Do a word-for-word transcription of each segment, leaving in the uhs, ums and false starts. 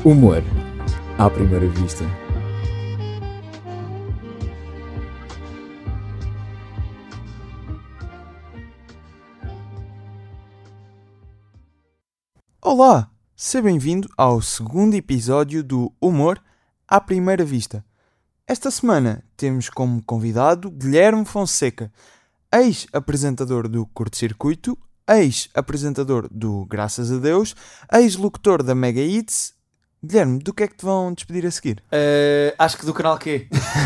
Humor à primeira vista. Olá, seja bem-vindo ao segundo episódio do Humor à primeira vista. Esta semana temos como convidado Guilherme Fonseca, ex-apresentador do Curto-Circuito, ex-apresentador do Graças a Deus, ex-locutor da Mega Hits. Guilherme, do que é que te vão despedir a seguir? Uh, acho que do canal Q.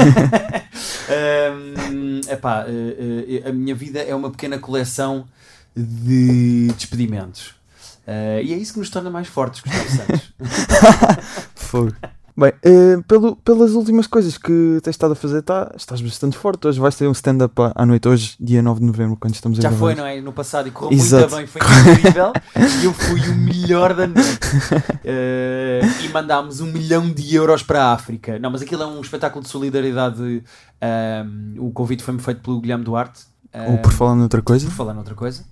um, epá, uh, uh, a minha vida é uma pequena coleção de despedimentos. Uh, e é isso que nos torna mais fortes, Gustavo Santos. Fogo. Bem, uh, pelo, pelas últimas coisas que tens estado a fazer, tá, estás bastante forte. Hoje vais ter um stand-up à, à noite, hoje, dia nove de novembro, quando estamos a Já gravar. foi, não é? No passado, e correu Exato. muito bem, foi incrível. E eu fui o melhor da noite. Uh, e mandámos um milhão de euros para a África. Não, mas aquilo é um espetáculo de solidariedade. Um, o convite foi-me feito pelo Guilherme Duarte. Ou por falar noutra coisa. Por falar noutra coisa.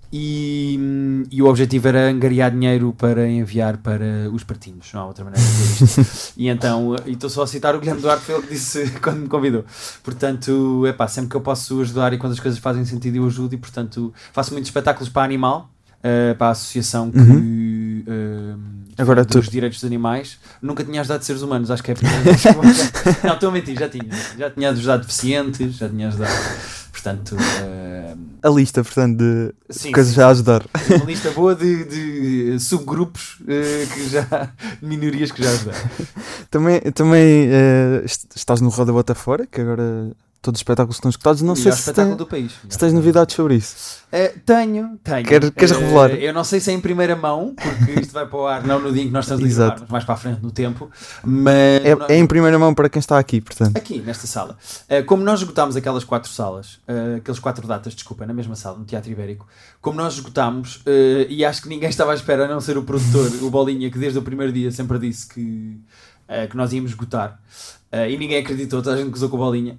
E, e o objetivo era angariar dinheiro para enviar para os partinhos. Não há outra maneira de dizer isto. E então, e estou só a citar o Guilherme Duarte, foi ele que disse quando me convidou. Portanto, é pá, sempre que eu posso ajudar e quando as coisas fazem sentido eu ajudo. E portanto, faço muitos espetáculos para a Animal, uh, para a associação que... Uhum. Uh, Agora dos tu... direitos dos animais. Nunca tinha ajudado seres humanos, acho que é a primeira vez que vou... Não, estou a mentir, já tinha. Já tinha ajudado deficientes, já tinha ajudado... Portanto, uh... a lista, portanto, de sim, coisas sim, a sim. ajudar. Uma lista boa de, de subgrupos uh, que já, de minorias que já ajudaram. Também, também uh, estás no Roda Bota Fora, que agora todos os espetáculos estão escutados. Não sei se, espetáculo tem, do país. se tens novidades sobre isso. Uh, tenho, tenho. Quer, queres uh, revelar? Eu não sei se é em primeira mão, porque isto vai para o ar não no dia em que nós estamos a gravar, mas mais para a frente no tempo. Mas é, nós... é em primeira mão para quem está aqui, portanto. Aqui, nesta sala. Uh, como nós esgotámos aquelas quatro salas, uh, aquelas quatro datas, desculpa, na mesma sala, no Teatro Ibérico, como nós esgotámos, uh, e acho que ninguém estava à espera, a não ser o produtor, o Bolinha, que desde o primeiro dia sempre disse que, uh, que nós íamos esgotar. Uh, e ninguém acreditou, toda a gente gozou com a Bolinha.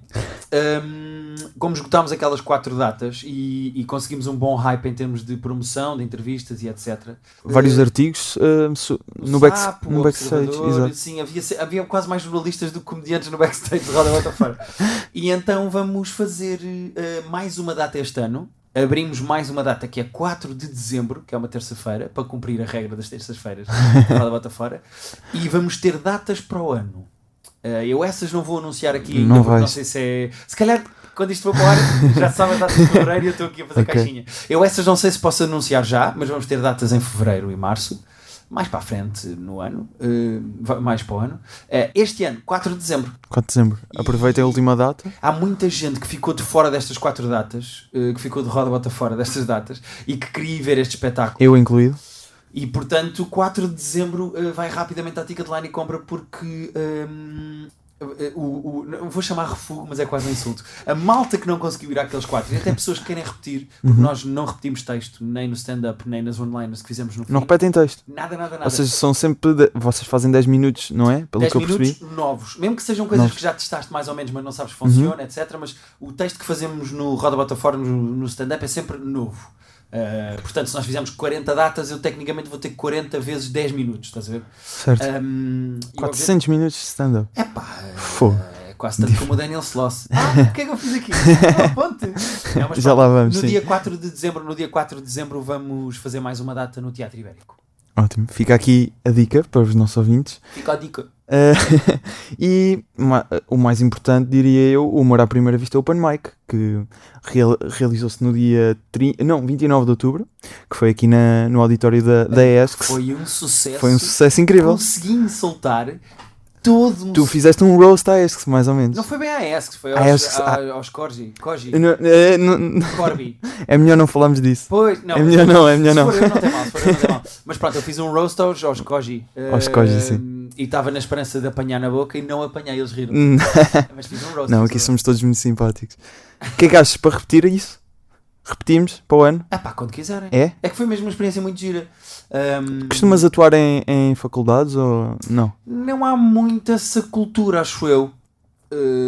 Um, como esgotámos aquelas quatro datas e, e conseguimos um bom hype em termos de promoção, de entrevistas e etcétera. Vários uh, artigos uh, su- no, Sapo, back, no o backstage. Observador, Exato. sim, havia, havia quase mais jornalistas do que comediantes no backstage de Roda Bota Fora. E então vamos fazer uh, mais uma data este ano. Abrimos mais uma data que é quatro de dezembro, que é uma terça-feira, para cumprir a regra das terças-feiras de Roda Bota Fora. E vamos ter datas para o ano. Uh, eu essas não vou anunciar aqui ainda, não porque vais. não sei se é... Se calhar, quando isto for para o ar, já se sabe a data de fevereiro e eu estou aqui a fazer Okay. caixinha. Eu essas não sei se posso anunciar já, mas vamos ter datas em fevereiro e março. Mais para a frente no ano. Uh, mais para o ano. Uh, este ano, quatro de dezembro. quatro de dezembro. Aproveitem a última data. Há muita gente que ficou de fora destas quatro datas, uh, que ficou de roda bota fora destas datas, e que queria ir ver este espetáculo. Eu incluído. E portanto, quatro de dezembro uh, vai rapidamente à Ticketline e compra porque... Um, O, o, não vou chamar refugo, mas é quase um insulto. A malta que não conseguiu ir àqueles quatro, e até pessoas que querem repetir, porque Uhum. nós não repetimos texto nem no stand-up, nem nas onliners que fizemos no fim. Não repetem texto. Nada, nada, nada. Ou seja, são sempre. De... Vocês fazem dez minutos, não é? Pelo dez que eu minutos percebi. novos, mesmo que sejam coisas Novos. que já testaste mais ou menos, mas não sabes se funciona, Uhum. etcétera. Mas o texto que fazemos no Roda Bota Fora, no, no stand-up, é sempre novo. Uh, portanto, se nós fizermos quarenta datas, eu tecnicamente vou ter quarenta vezes dez minutos, estás a ver? Certo. Um, quatrocentos minutos de stand-up. É pá, Fogo. é quase tanto como o Daniel Sloss. Ah, o que é que eu fiz aqui? Oh, ponte. Não, mas Já pronto, lá vamos, no sim. dia quatro de dezembro, no dia quatro de dezembro vamos fazer mais uma data no Teatro Ibérico. Ótimo. Fica aqui a dica para os nossos ouvintes. Fica a dica. Uh, e ma- o mais importante, diria eu, o Humor à Primeira Vista Open Mic, que real- realizou-se no dia trinta, não, vinte e nove de outubro, que foi aqui na, no auditório da, da E S. Foi um sucesso. Foi um sucesso incrível. Consegui insultar todo um... Tu fizeste um roast à E S, mais ou menos. Não foi bem à E S, foi À aos, E S, a- aos Corgi. Corgi. Não, é, não- Corby. é melhor não falarmos disso. Pois, não. É melhor não, é melhor se não. for eu não tem mal, se for eu não tem mal. Mas pronto, eu fiz um roast aos, aos Koji. Aos eh, Koji, sim. E estava na esperança de apanhar na boca e não apanhei, eles riram. Hum. Mas fiz um roast. Não, fiz aqui um somos todos muito simpáticos. O que é que achas para repetir isso? Repetimos para o ano? Ah pá, quando quiserem. É? É que foi mesmo uma experiência muito gira. Um, Costumas atuar em, em faculdades ou não? Não há muita essa cultura, acho eu. Uh,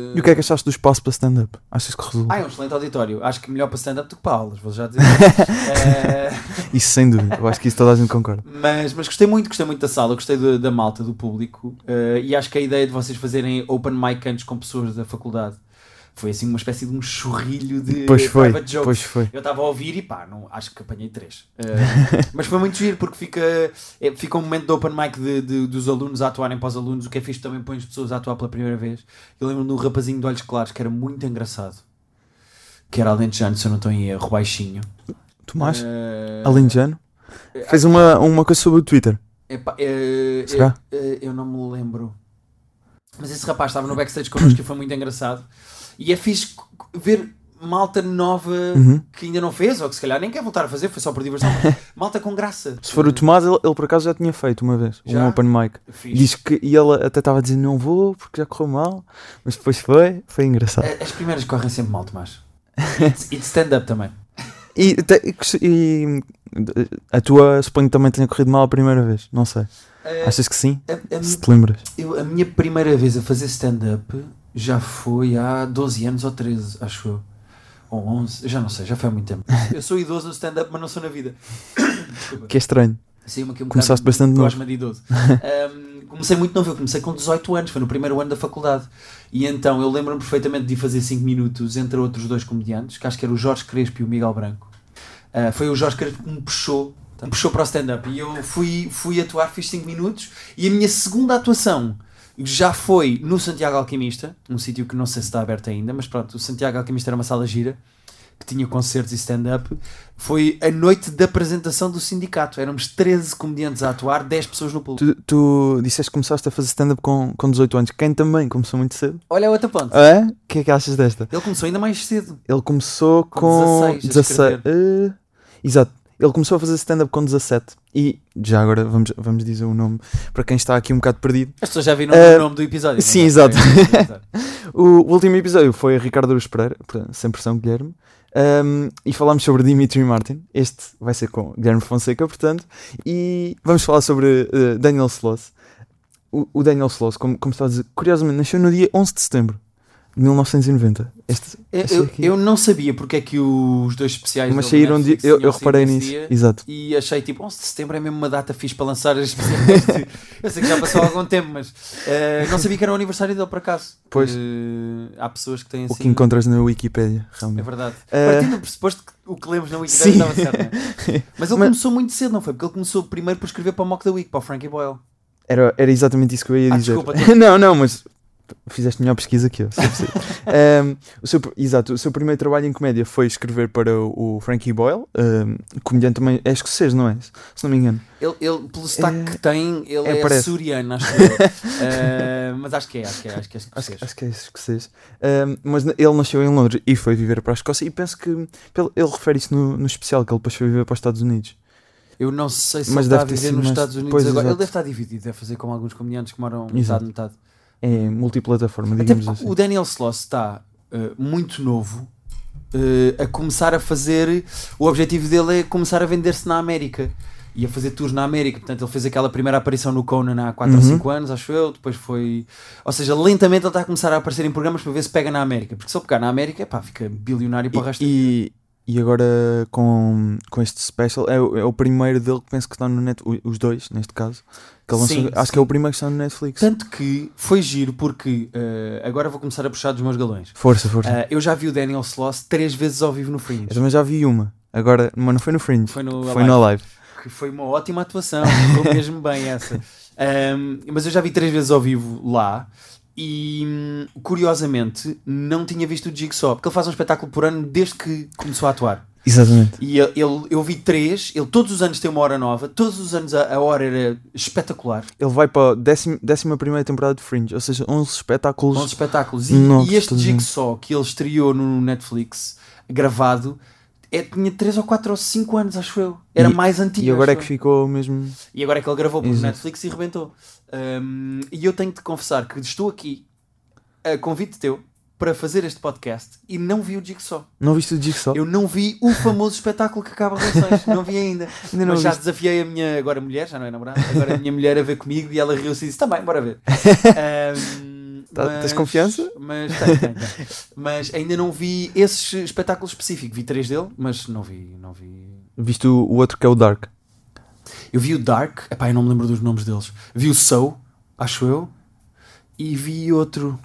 E o que é que achaste do espaço para stand-up? Achas que resulta? Ah, é um excelente auditório. Acho que melhor para stand-up do que para aulas, vou já dizer. uh... Isso sem dúvida, eu acho que isso toda a gente concorda. Mas, mas gostei muito, gostei muito da sala, gostei da, da malta, do público, uh, e acho que a ideia de vocês fazerem open mic antes com pessoas da faculdade foi assim uma espécie de um chorrilho de pois foi, private jokes. Pois foi. Eu estava a ouvir e pá, não, acho que apanhei três. Uh, mas foi muito giro porque fica, é, fica um momento de open mic de, de, dos alunos a atuarem para os alunos, o que é fixe também põe as pessoas a atuar pela primeira vez. Eu lembro de um rapazinho de olhos claros que era muito engraçado, que era alentejano, se eu não estou em erro, baixinho. Tomás? Uh, Alentejano? Fez uma, uma coisa sobre o Twitter. Epá, uh, Será? Eu, uh, eu não me lembro. Mas esse rapaz estava no backstage connosco e foi muito engraçado. E é fixe ver malta nova Uhum. que ainda não fez, ou que se calhar nem quer voltar a fazer, foi só por diversão, mas malta com graça. Se for o Tomás, ele, ele por acaso já tinha feito uma vez Já? um open mic. Fixe. Diz que, e ele até estava a dizer não vou porque já correu mal, mas depois foi, foi engraçado. As primeiras correm sempre mal, Tomás. E de stand-up também. E, te- e a tua, suponho que também tenha corrido mal a primeira vez, não sei. Uh, Achas que sim? a, a, Se te lembras? eu, a minha primeira vez a fazer stand-up já foi há doze anos ou treze, acho eu. Ou onze, eu já não sei, já foi há muito tempo. Eu sou idoso no stand-up, mas não sou na vida. Desculpa. Que é estranho. Sim, aqui um Começaste bocado bastante novo. gosma de idoso. Um, comecei muito novo, eu comecei com dezoito anos, foi no primeiro ano da faculdade. E então eu lembro-me perfeitamente de ir fazer cinco minutos entre outros dois comediantes, que acho que era o Jorge Crespo e o Miguel Branco. Uh, foi o Jorge Crespo que me puxou, me puxou para o stand-up. E eu fui, fui atuar, fiz cinco minutos. E a minha segunda atuação já foi no Santiago Alquimista, um sítio que não sei se está aberto ainda, mas pronto, o Santiago Alquimista era uma sala gira que tinha concertos e stand-up. Foi a noite da apresentação do sindicato. Éramos treze comediantes a atuar, dez pessoas no público. Tu, tu disseste que começaste a fazer stand-up com, com dezoito anos. Quem também começou muito cedo? Olha a outra ponte. É? O que é que achas desta? Ele começou ainda mais cedo. Ele começou Com com, dezasseis a dezasseis. Eh, exato. Ele começou a fazer stand-up com dezassete. E já agora vamos, vamos dizer o nome para quem está aqui um bocado perdido. As pessoas já viram Uh, o nome do episódio. sim, não é? exato. É, O, o último episódio foi a Ricardo Aruz Pereira, portanto, sem pressão Guilherme. Um, e falámos sobre Dimitri Martin. Este vai ser com Guilherme Fonseca, portanto. E vamos falar sobre uh, Daniel Sloss. O, o Daniel Sloss, como, como estava a dizer, curiosamente nasceu no dia onze de setembro de mil novecentos e noventa. Este, Eu, este eu, aqui. eu não sabia porque é que os dois especiais Mas do saíram de, Netflix eu, eu tinham reparei saído nisso. nesse dia. Exato. E achei tipo, onze de setembro é mesmo uma data fixe para lançar as especiais. de- Eu sei que já passou algum tempo, mas uh, não sabia que era o aniversário dele por acaso. Pois. Uh, há pessoas que têm assim. O que encontras na Wikipédia, É realmente. verdade. Uh, Partindo do pressuposto que o que lemos na Wikipedia Sim. estava certo, não é? Mas ele Mas- começou muito cedo, não foi? Porque ele começou primeiro por escrever para o Mock the Week, para o Frankie Boyle. Era, era exatamente isso que eu ia Ah, dizer. desculpa, tu- não, não, mas fizeste melhor pesquisa que eu. se é possível. um, o seu, exato, o seu primeiro trabalho em comédia foi escrever para o, o Frankie Boyle, um, comediante também, é escocês, não é? Se não me engano. Ele, ele pelo sotaque É- que tem, ele é, é, parece. suriano, acho que é. Uh, mas acho que é, acho que é, acho que é Acho, escocês. acho que é escocês. Um, mas na- ele nasceu em Londres e foi viver para a Escócia, e penso que pelo- ele refere isso no, no especial, que ele depois foi viver para os Estados Unidos. Eu não sei se Mas ele está a deve ter viver sido nos mais- Estados Unidos pois, agora. Ele exato. deve estar dividido, deve fazer como alguns comediantes que moram Exato. metade, metade. É multiplataforma, Até digamos porque assim. o Daniel Sloss está uh, muito novo uh, a começar a fazer. O objetivo dele é começar a vender-se na América e a fazer tours na América. Portanto, ele fez aquela primeira aparição no Conan há quatro Uhum. ou cinco anos, acho eu. Depois foi. Ou seja, lentamente ele está a começar a aparecer em programas para ver se pega na América. Porque se ele pegar na América, pá, fica bilionário para o resto. E, e agora com, com este special é, o- é o primeiro dele que penso que está no net, o- os dois neste caso, que ele lançou- Sim, acho sim. que é o primeiro que está no Netflix. Tanto que foi giro porque uh, agora vou começar a puxar dos meus galões. Força, força. Uh, eu já vi o Daniel Sloss três vezes ao vivo no Fringe. Eu também já vi uma, agora, mas não foi no Fringe, Foi no foi no Live. Que foi uma ótima atuação, ficou mesmo bem essa. Um, mas eu já vi três vezes ao vivo lá e hum, curiosamente não tinha visto o Jigsaw, porque ele faz um espetáculo por ano desde que começou a atuar. Exatamente. E ele, ele- eu vi três, ele todos os anos tem uma hora nova, todos os anos a, a hora era espetacular. Ele vai para a décima, décima primeira temporada de Fringe, ou seja, onze espetáculos. Bons espetáculos. E, Novos e este todos os anos. Jigsaw que ele estreou no Netflix, gravado, é, tinha três ou quatro ou cinco anos, acho eu. Era E- mais antigo. E agora é acho que eu. ficou mesmo. E agora é que ele gravou para o Exato. Netflix e rebentou. Um, e eu tenho de confessar que estou aqui a convite teu para fazer este podcast e não vi o Jigsaw. Não viste o Jigsaw? Eu não vi o famoso espetáculo que acaba relações. Não vi ainda. Ainda não Mas já viste. desafiei a minha agora mulher, já não é namorada, agora a minha mulher a ver comigo e ela riu-se e disse: também, bora ver. Um, Tá, mas, tens confiança? Mas, tenho, tenho, tenho. Mas ainda não vi esse espetáculo específico. Vi três dele, mas não vi. Não vi... Viste o, o outro que é o Dark? Eu vi o Dark, epá, eu não me lembro dos nomes deles. Vi o Soul, acho eu, e vi outro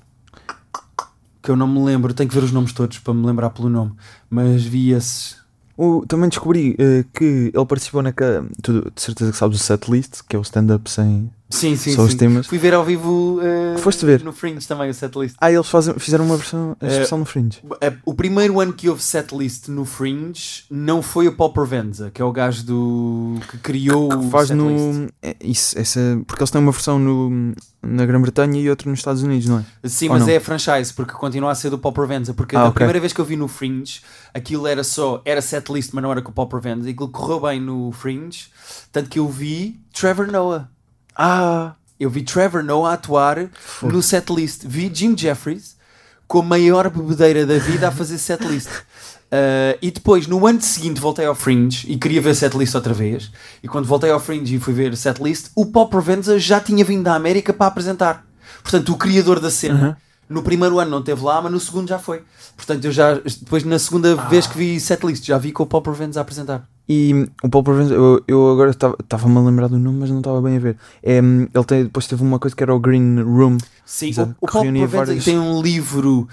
que eu não me lembro. Tenho que ver os nomes todos para me lembrar pelo nome. Mas vi esses. O, também descobri uh, que ele participou naquela. Tu de certeza que sabes o setlist, que é o stand-up sem Sim, sim, só os sim. temas. Fui ver ao vivo uh, Foste ver? no Fringe também o setlist. Ah, eles fazem, fizeram uma versão especial no Fringe. Uh, o primeiro ano que houve setlist no Fringe não foi o Paul Provenza, que é o gajo do que criou que o faz setlist. no é, isso, essa, porque eles têm uma versão no, na Grã-Bretanha e outra nos Estados Unidos, não é? Sim, Ou mas não? é franchise, porque continua a ser do Paul Provenza. Porque Ah, a ok. primeira vez que eu vi no Fringe, aquilo era só, era setlist, mas não era com o Paul Provenza. E aquilo correu bem no Fringe, tanto que eu vi Trevor Noah. Ah, Eu vi Trevor Noah atuar Fogo. no setlist. Vi Jim Jeffries com a maior bebedeira da vida a fazer setlist. Uh, e depois, no ano seguinte, voltei ao Fringe e queria ver setlist outra vez. E quando voltei ao Fringe e fui ver setlist, o Paul Provenza já tinha vindo da América para apresentar. Portanto, o criador da cena, Uhum. no primeiro ano não esteve lá, mas no segundo já foi. Portanto, eu já, depois na segunda Ah. vez que vi setlist, já vi com o Paul Provenza a apresentar. e o Paul Provenza, eu, eu agora estava-me a lembrar do nome, mas não estava bem a ver. É, ele tem, depois teve uma coisa que era o Green Room. Sim, Exato, o, o que Paul reunia Provenza vários- tem um livro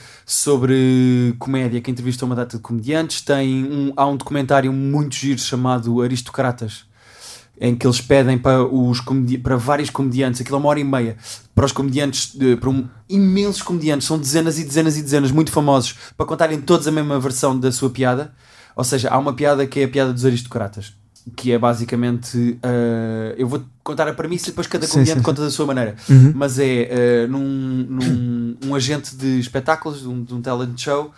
sobre comédia que entrevistou uma data de comediantes. Tem um, há um documentário muito giro chamado Aristocratas, em que eles pedem para, os comedi- para vários comediantes, aquilo é uma hora e meia, para os comediantes, de- para um, imensos comediantes, são dezenas e dezenas e dezenas, muito famosos, para contarem todos a mesma versão da sua piada. Ou seja, há uma piada que é a piada dos aristocratas, que é basicamente, uh, eu vou contar a premissa e depois cada Sim, comediante sim, sim. conta da sua maneira. Uhum. Mas é uh, num, num um agente de espetáculos, de um, de um talent show,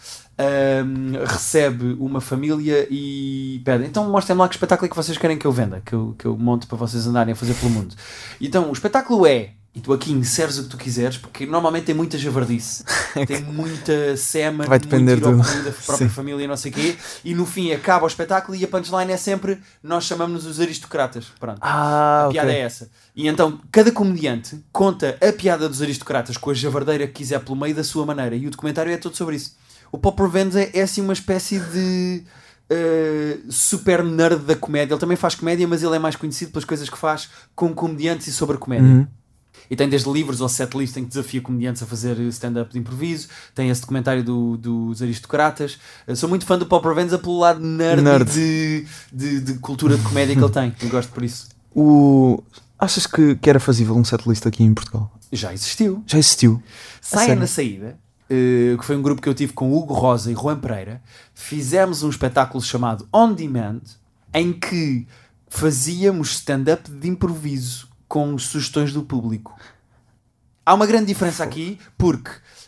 um, recebe uma família e pede, então mostrem-me lá que espetáculo é que vocês querem que eu venda, que eu, que eu monte para vocês andarem a fazer pelo mundo. Então o espetáculo é, e tu aqui inseres o que tu quiseres, porque normalmente tem muita javardice, tem muita sema, Vai depender muito do- da própria Sim. família e não sei o quê, e no fim acaba o espetáculo e a punchline é sempre, nós chamamos-nos os aristocratas. Pronto. Ah, A ok. piada é essa. E então cada comediante conta a piada dos aristocratas com a javardeira que quiser pelo meio da sua maneira, e o documentário é todo sobre isso. O Paul Provenza é assim uma espécie de uh, super nerd da comédia. Ele também faz comédia, mas ele é mais conhecido pelas coisas que faz com comediantes e sobre comédia. Uhum. E tem desde livros ao setlist em que desafia comediantes a fazer stand-up de improviso. Tem esse documentário do, dos aristocratas. Eu sou muito fã do Paul Provenza pelo lado nerd, Nerd. De, de, de cultura de comédia que ele tem. Eu gosto por isso. O... Achas que, que era fazível um setlist aqui em Portugal? Já existiu. Já existiu? Saia sério? na Saída, uh, que foi um grupo que eu tive com Hugo Rosa e Juan Pereira. Fizemos um espetáculo chamado On Demand, em que fazíamos stand-up de improviso com sugestões do público. Há uma grande diferença aqui, porque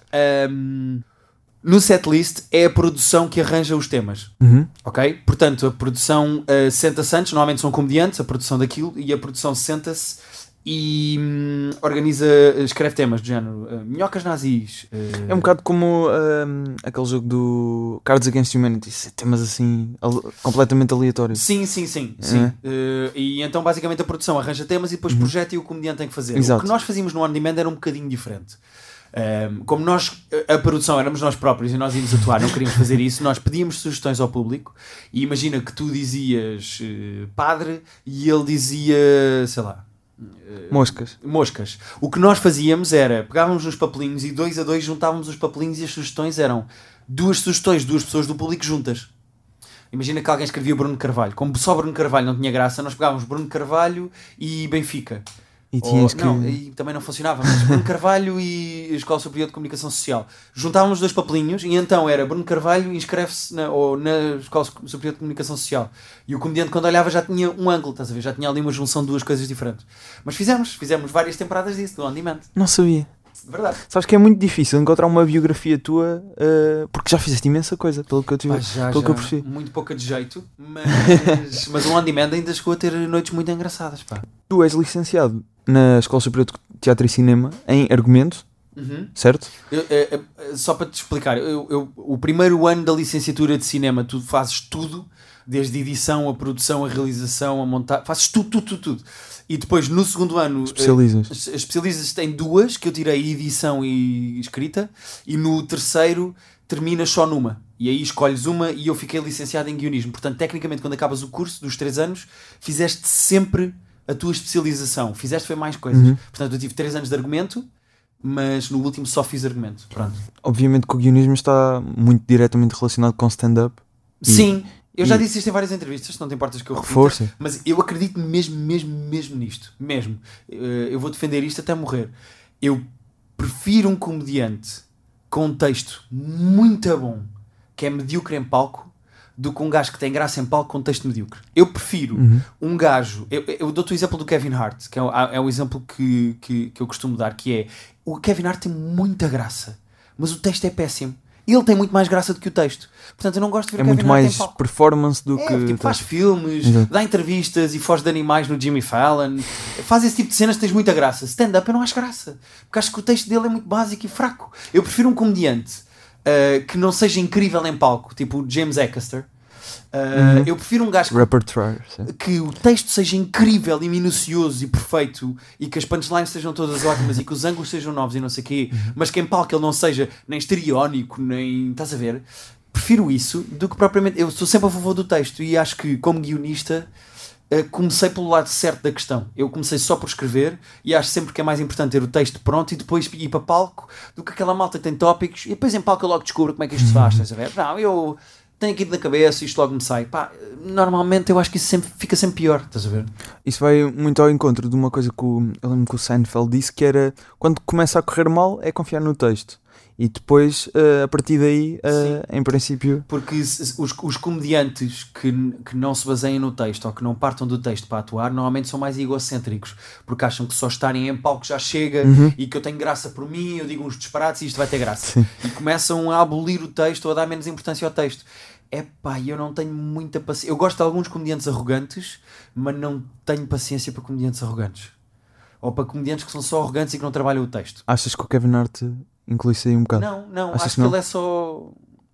um, no setlist é a produção que arranja os temas. Uhum. Ok? Portanto, a produção uh, senta-se antes, normalmente são comediantes, a produção daquilo, e a produção senta-se e hum, organiza, escreve temas do género uh, minhocas nazis. uh, É um bocado como um, aquele jogo do Cards Against Humanity, temas assim al- completamente aleatórios. Sim, sim, sim. sim. É. Uh, e então, basicamente, a produção arranja temas e depois Uhum. projeta e o comediante tem que fazer. Exato. O que nós fazíamos no On Demand era um bocadinho diferente. Um, como nós, a produção éramos nós próprios e nós íamos atuar, não queríamos fazer isso, nós pedíamos sugestões ao público e imagina que tu dizias uh, padre e ele dizia, sei lá, Moscas. moscas. O que nós fazíamos era, pegávamos uns papelinhos e dois a dois juntávamos os papelinhos e as sugestões eram duas sugestões de duas pessoas do público juntas. Imagina que alguém escrevia Bruno Carvalho. Como só Bruno Carvalho não tinha graça, nós pegávamos Bruno Carvalho e Benfica. E Ou- tinhas que... Não, e também não funcionava, mas Bruno Carvalho e Escola Superior de Comunicação Social. Juntávamos os dois papelinhos e então era Bruno Carvalho e inscreve-se na, ou na Escola Superior de Comunicação Social. E o comediante, quando olhava, já tinha um ângulo, estás a ver? Já tinha ali uma junção de duas coisas diferentes. Mas fizemos, fizemos várias temporadas disso, do On Demand. Não sabia. Verdade. Sabes que é muito difícil encontrar uma biografia tua, uh, porque já fizeste imensa coisa, pelo que eu, tive, Pá, já, pelo já, que eu percebi. muito pouca de jeito, mas, mas o On Demand ainda chegou a ter noites muito engraçadas, pá. Tu és licenciado na Escola Superior de Teatro e Cinema em argumento, Uhum. certo? Eu, eu, eu, só para te explicar, eu, eu, o primeiro ano da licenciatura de cinema tu fazes tudo desde a edição, a produção, a realização, a montar, fazes tudo, tudo, tudo, tudo. E depois no segundo ano especializas. Uh, especializas tem duas, que eu tirei edição e escrita, e no terceiro terminas só numa. E aí escolhes uma, e eu fiquei licenciado em guionismo. Portanto, tecnicamente, quando acabas o curso dos três anos, fizeste sempre a tua especialização. Fizeste foi mais coisas. Uhum. Portanto, eu tive três anos de argumento, mas no último só fiz argumento. Pronto. Obviamente que o guionismo está muito diretamente relacionado com stand-up. Sim, eu já e... disse isto em várias entrevistas, se não te importas que eu repita. Força. Mas eu acredito mesmo, mesmo, mesmo nisto. Mesmo. Eu vou defender isto até morrer. Eu prefiro um comediante com um texto muito bom, que é medíocre em palco, do que um gajo que tem graça em palco com um texto medíocre. Eu prefiro uhum. um gajo... Eu, eu dou-te o exemplo do Kevin Hart, que é o, é o exemplo que, que, que eu costumo dar, que é... O Kevin Hart tem muita graça, mas o texto é péssimo. Ele tem muito mais graça do que o texto. Portanto, eu não gosto de ver é o Kevin muito Hart mais em palco. Performance do é, que... Tipo, faz filmes, Exato. Dá entrevistas e foge de animais no Jimmy Fallon. Faz esse tipo de cenas que tens muita graça. Stand-up eu não acho graça, porque acho que o texto dele é muito básico e fraco. Eu prefiro um comediante uh, que não seja incrível em palco, tipo o James Acaster. Uh, uhum. Eu prefiro um gajo que, que o texto seja incrível e minucioso e perfeito, e que as punchlines sejam todas ótimas e que os ângulos sejam novos e não sei o quê, uhum. mas que em palco ele não seja nem estereónico, nem... Estás a ver? Prefiro isso do que propriamente... Eu sou sempre a favor do texto, e acho que como guionista uh, comecei pelo lado certo da questão. Eu comecei só por escrever, e acho sempre que é mais importante ter o texto pronto e depois ir para palco do que aquela malta que tem tópicos e depois em palco eu logo descubro como é que isto se faz. Estás a ver? Não, eu... tenho aqui na cabeça e isto logo me sai. Pá, normalmente eu acho que isso sempre, fica sempre pior, estás a ver? Isso vai muito ao encontro de uma coisa que o, eu lembro que o Seinfeld disse, que era quando começa a correr mal é confiar no texto. E depois, uh, a partir daí, uh, em princípio... Porque os, os comediantes que, que não se baseiem no texto ou que não partam do texto para atuar, normalmente são mais egocêntricos, porque acham que só estarem em palco já chega, uhum. e que eu tenho graça por mim, eu digo uns disparates e isto vai ter graça. Sim. E começam a abolir o texto ou a dar menos importância ao texto. É pá, eu não tenho muita paciência. Eu gosto de alguns comediantes arrogantes, mas não tenho paciência para comediantes arrogantes. Ou para comediantes que são só arrogantes e que não trabalham o texto. Achas que o Kevin Hart inclui-se aí um bocado? Não, não, Achas acho que, que não? ele é só...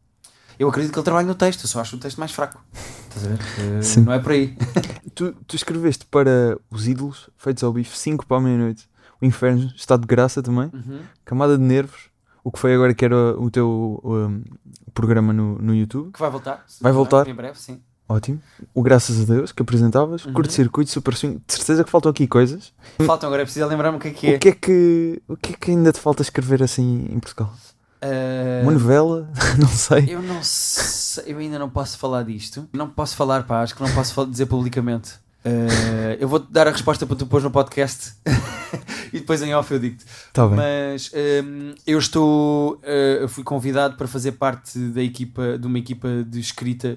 Eu acredito que ele trabalha no texto, eu só acho o texto mais fraco. Estás a ver? Sim. Não é por aí. tu, tu escreveste para Os Ídolos, Feitos ao Bife, cinco para a meia-noite. O Inferno, Estado de Graça também. Uhum. Camada de Nervos. O que foi agora que era o teu um, programa no, no YouTube. Que vai voltar. Vai voltar. Em breve, sim. Ótimo. O Graças a Deus, que apresentavas. Uhum. Curto-circuito, Super Swing. De certeza que faltam aqui coisas. Faltam agora, é preciso lembrar-me o que é que é. O que é que, o que é que ainda te falta escrever assim em Portugal? Uh... Uma novela? Não sei. Eu não sei. Eu ainda não posso falar disto. Não posso falar, pá. Acho que não posso dizer publicamente. Uh, eu vou-te dar a resposta para tu pôr no podcast e depois em off eu digo-te. Tá bem. Mas um, eu estou uh, fui convidado para fazer parte da equipa, de uma equipa de escrita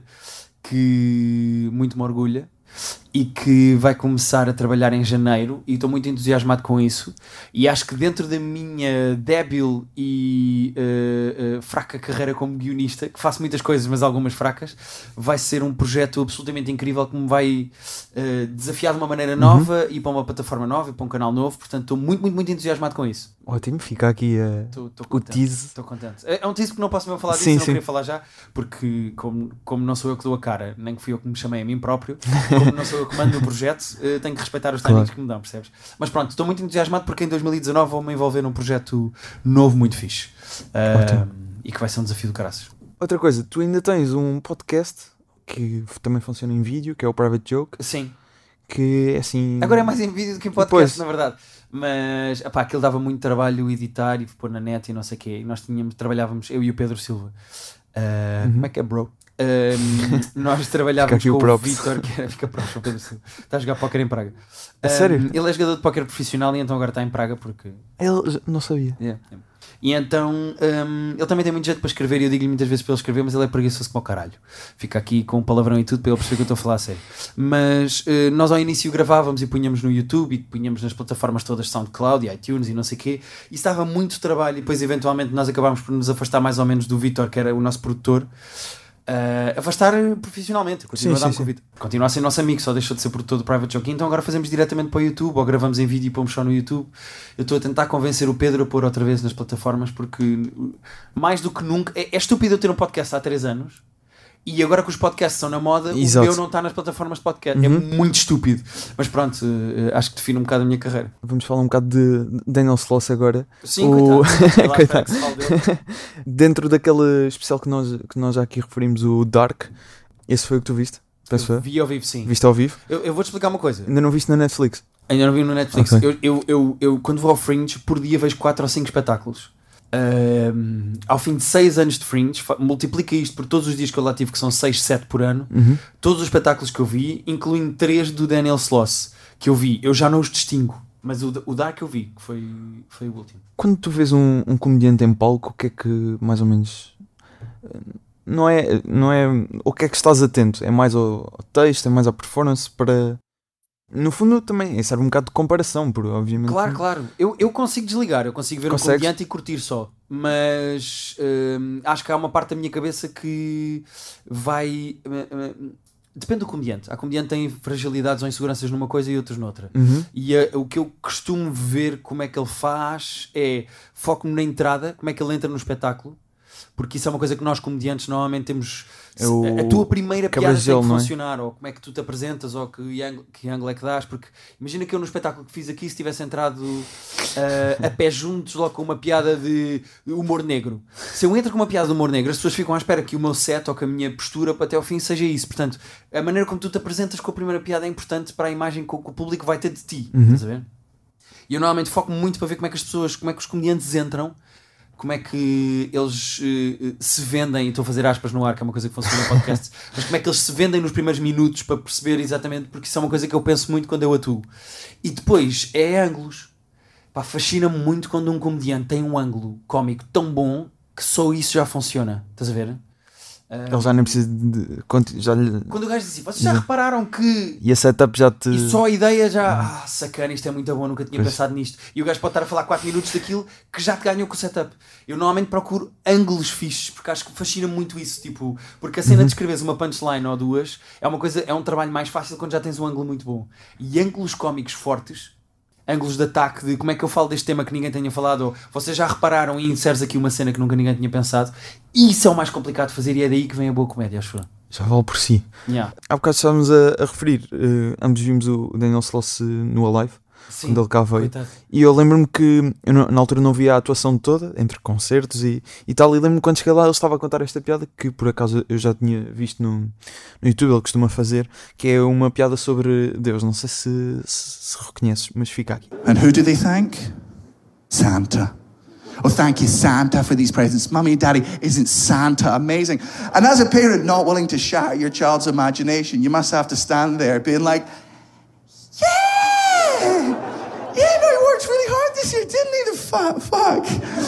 que muito me orgulha e que vai começar a trabalhar em janeiro, e estou muito entusiasmado com isso, e acho que dentro da minha débil e uh, uh, fraca carreira como guionista, que faço muitas coisas mas algumas fracas, vai ser um projeto absolutamente incrível que me vai uh, desafiar de uma maneira nova, uhum. e para uma plataforma nova e para um canal novo. Portanto estou muito, muito, muito entusiasmado com isso. Ótimo, fica aqui uh, tô, tô o tease. Estou contente. É um tease que não posso mesmo falar disso, sim, não sim. queria falar já, porque como, como não sou eu que dou a cara, nem que fui eu que me chamei a mim próprio, como não sou eu que mando no projeto, uh, tenho que respeitar os timings, claro, que me dão, percebes? Mas pronto, estou muito entusiasmado porque em dois mil e dezanove vou-me envolver num projeto novo muito fixe, uh, e que vai ser um desafio do caraças. Outra coisa, tu ainda tens um podcast que também funciona em vídeo, que é o Private Joke. Sim. Que é assim... Agora é mais em vídeo do que em podcast, pois. Na verdade. Mas, epá, aquilo dava muito trabalho editar e pôr na net e não sei o quê. E nós tínhamos, trabalhávamos, eu e o Pedro Silva. Uh, uhum. Como é que é, bro? Um, nós trabalhávamos com o Vítor, que era, fica próximo, Pedro Silva. Está a jogar póquer em Praga. Um, sério? Ele é jogador de póquer profissional e então agora está em Praga porque... Ele não sabia. Yeah, yeah. E então um, ele também tem muito jeito para escrever, e eu digo-lhe muitas vezes para ele escrever, mas ele é preguiçoso como o caralho. Fica aqui com um palavrão e tudo para ele perceber que eu estou a falar a sério. Mas uh, nós ao início gravávamos e punhamos no YouTube e punhamos nas plataformas todas, SoundCloud e iTunes e não sei o quê, e estava muito trabalho, e depois eventualmente nós acabámos por nos afastar mais ou menos do Vítor, que era o nosso produtor. Uh, afastar profissionalmente, continua sim, a dar-me convite. Continua a ser nosso amigo, só deixou de ser produtor do Private Joke. Então agora fazemos diretamente para o YouTube, ou gravamos em vídeo e pomos só no YouTube. Eu estou a tentar convencer o Pedro a pôr outra vez nas plataformas, porque mais do que nunca é, é estúpido eu ter um podcast há três anos E agora que os podcasts estão na moda, Exato. o meu não está nas plataformas de podcast. Uhum. É muito estúpido. Mas pronto, uh, acho que define um bocado a minha carreira. Vamos falar um bocado de Daniel Sloss agora. Sim, O- coitado. Lá Coitado. espera que se fale dele. Dentro daquele especial que nós, que nós já aqui referimos, o Dark, esse foi o que tu viste? Penso Eu eu. vi ao vivo, sim. Viste ao vivo? Eu, eu vou-te explicar uma coisa. Ainda não viste na Netflix? Ainda não vi no Netflix. Ok. Eu, eu, eu, eu, quando vou ao Fringe, por dia vejo quatro ou cinco espetáculos. Ahm, ao fim de seis anos de Fringe, fa- multiplica isto por todos os dias que eu lá tive, que são seis, sete por ano. Uhum. Todos os espetáculos que eu vi, incluindo três do Daniel Sloss, que eu vi, eu já não os distingo. Mas o, o Dark eu vi, que foi, foi o último. Quando tu vês um, um comediante em palco, o que é que mais ou menos... Não é, não é... O que é que estás atento? É mais ao, ao texto, é mais à performance para... No fundo também, serve um bocado de comparação, porque obviamente... Claro, claro. Eu, eu consigo desligar, eu consigo ver Consegues? um comediante e curtir só. Mas hum, acho que há uma parte da minha cabeça que vai... hum, hum, depende do comediante. Há comediante que tem fragilidades ou inseguranças numa coisa e outras noutra. Uhum. E uh, o que eu costumo ver como é que ele faz é foco-me na entrada, como é que ele entra no espetáculo. Porque isso é uma coisa que nós comediantes normalmente temos. É o A tua primeira piada tem que quebra-gelo, não é? funcionar, ou como é que tu te apresentas, ou que ângulo, que ângulo é que dás. Porque imagina que eu no espetáculo que fiz aqui, se tivesse entrado uh, a pé juntos, logo com uma piada de humor negro. Se eu entro com uma piada de humor negro, as pessoas ficam à espera que o meu set ou que a minha postura até ao fim seja isso. Portanto, a maneira como tu te apresentas com a primeira piada é importante para a imagem que o, que o público vai ter de ti. Uhum. Estás a ver? E eu normalmente foco muito para ver como é que as pessoas, como é que os comediantes entram. Como é que eles uh, se vendem, estou a fazer aspas no ar, que é uma coisa que funciona no podcast, mas como é que eles se vendem nos primeiros minutos para perceber exatamente, porque isso é uma coisa que eu penso muito quando eu atuo. E depois é ângulos. Pá, fascina-me muito quando um comediante tem um ângulo cómico tão bom que só isso já funciona. Estás a ver? Ele já nem precisa de... conti- Já lhe... Quando o gajo diz assim, vocês já repararam que... E a setup já te... E só a ideia já... Ah, sacana, isto é muito bom, nunca tinha Pois. pensado nisto. E o gajo pode estar a falar quatro minutos daquilo que já te ganhou com o setup. Eu normalmente procuro ângulos fixes, porque acho que fascina muito isso, tipo... Porque a cena Uhum. de escreveres uma punchline ou duas é uma coisa, é um trabalho mais fácil quando já tens um ângulo muito bom. E ângulos cómicos fortes... ângulos de ataque, de como é que eu falo deste tema que ninguém tenha falado, ou vocês já repararam e inseres aqui uma cena que nunca ninguém tinha pensado. Isso é o mais complicado de fazer e é daí que vem a boa comédia, acho eu. Já vale por si. Yeah. Há bocado estávamos a, a referir, eh, ambos vimos o Daniel Sloss eh, no Alive, Sim, quando ele cá veio. coitado. E eu lembro-me que eu não- na altura não via a atuação toda, entre concertos e, e tal, e lembro-me quando cheguei lá ele estava a contar esta piada, que por acaso eu já tinha visto no, no YouTube, ele costuma fazer, que é uma piada sobre Deus. Não sei se, se, se reconheces, mas fica aqui. And who do they thank? Santa. Oh, thank you, Santa, for these presents. Mummy and Daddy, isn't Santa amazing? And as a parent not willing to shatter your child's imagination, you must have to stand there being like, yeah! Yeah, no, he worked really hard this year, didn't he, the fat fuck?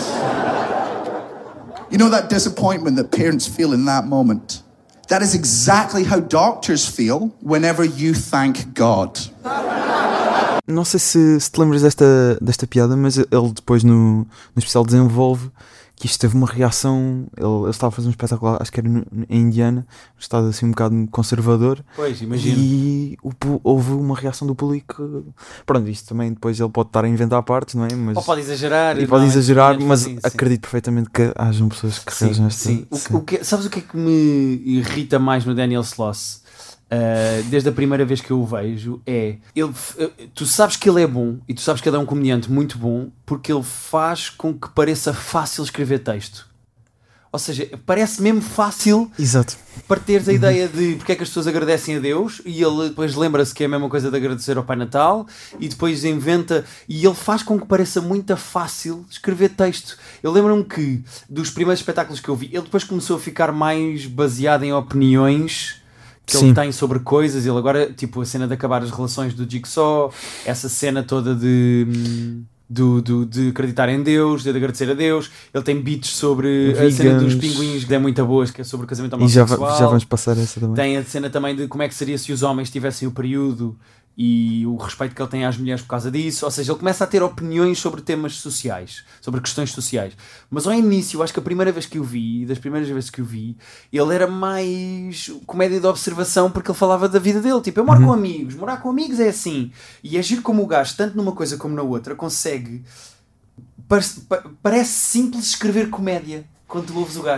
You know that disappointment that parents feel in that moment? That is exactly how doctors feel whenever you thank God. Não sei se, se te lembras desta, desta piada, mas ele depois no, no especial desenvolve que isto teve uma reação. Ele, ele estava a fazer um espetáculo, acho que era no, em Indiana, um estado assim um bocado conservador. Pois, imagino. E o pu- houve uma reação do público. Pronto, isto também depois ele pode estar a inventar partes, não é? Mas, Ou pode exagerar. e pode não é? exagerar, Sim, mas sim, sim. acredito perfeitamente que hajam pessoas que Sim, reagem a esta. sim. O, o que, sabes o que é que me irrita mais no Daniel Sloss? Uh, desde a primeira vez que eu o vejo é ele, uh, tu sabes que ele é bom e tu sabes que ele é um comediante muito bom porque ele faz com que pareça fácil escrever texto. Ou seja, parece mesmo fácil Exato. parteres a ideia de porque é que as pessoas agradecem a Deus e ele depois lembra-se que é a mesma coisa de agradecer ao Pai Natal e depois inventa e ele faz com que pareça muito fácil escrever texto. Eu lembro-me que dos primeiros espetáculos que eu vi, ele depois começou a ficar mais baseado em opiniões que Sim. ele tem sobre coisas. Ele agora, tipo, a cena de acabar as relações do Jigsaw, essa cena toda de... hum, Do, do, de acreditar em Deus, de agradecer a Deus. Ele tem beats sobre a cena dos Vegans. pinguins, que é muito boa, que é sobre o casamento E já, va- homossexual. já vamos passar essa também. Tem a cena também de como é que seria se os homens tivessem o período e o respeito que ele tem às mulheres por causa disso. Ou seja, ele começa a ter opiniões sobre temas sociais, sobre questões sociais. Mas ao início, acho que a primeira vez que eu vi, das primeiras vezes que eu vi, ele era mais comédia de observação porque ele falava da vida dele. Tipo, eu moro com amigos, morar com amigos é assim. E é giro como o gajo, tanto numa coisa como na outra, consegue... Parece, pa- parece simples escrever comédia quando tu ouves o gajo.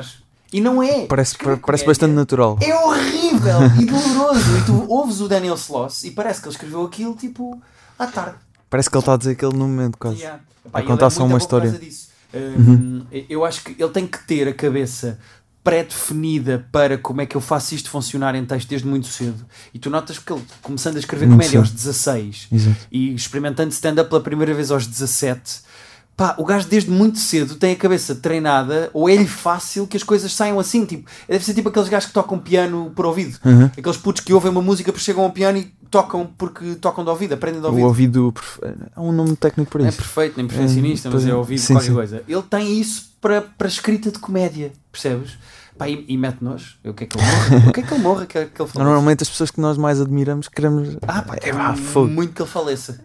E não é. Parece, Escrever parece comédia bastante natural. É horrível e doloroso. E tu ouves o Daniel Sloss e parece que ele escreveu aquilo tipo à tarde. Parece que ele está a dizer aquilo no momento, quase. Yeah. A contar só uma história. Um, uhum. Eu acho que ele tem que ter a cabeça pré-definida para como é que eu faço isto funcionar em texto desde muito cedo. E tu notas que ele, começando a escrever muito comédia cedo. Aos dezasseis Exato. E experimentando stand-up pela primeira vez aos dezassete, pá, o gajo desde muito cedo tem a cabeça treinada, ou é-lhe fácil que as coisas saiam assim. Tipo, deve ser tipo aqueles gajos que tocam piano por ouvido. Uhum. Aqueles putos que ouvem uma música, depois chegam ao piano e tocam porque tocam de ouvido, aprendem de ouvido. O ouvido, é um nome técnico para isso. É perfeito, nem perfeccionista, é, mas é ouvido sim, qualquer sim. coisa. Ele tem isso para, para escrita de comédia, percebes? Pá, e, e mete-nos, o que é que ele morre? O que é que ele morre? Que, que ele Normalmente as pessoas que nós mais admiramos queremos... Ah, pá, é, ah, muito que ele faleça.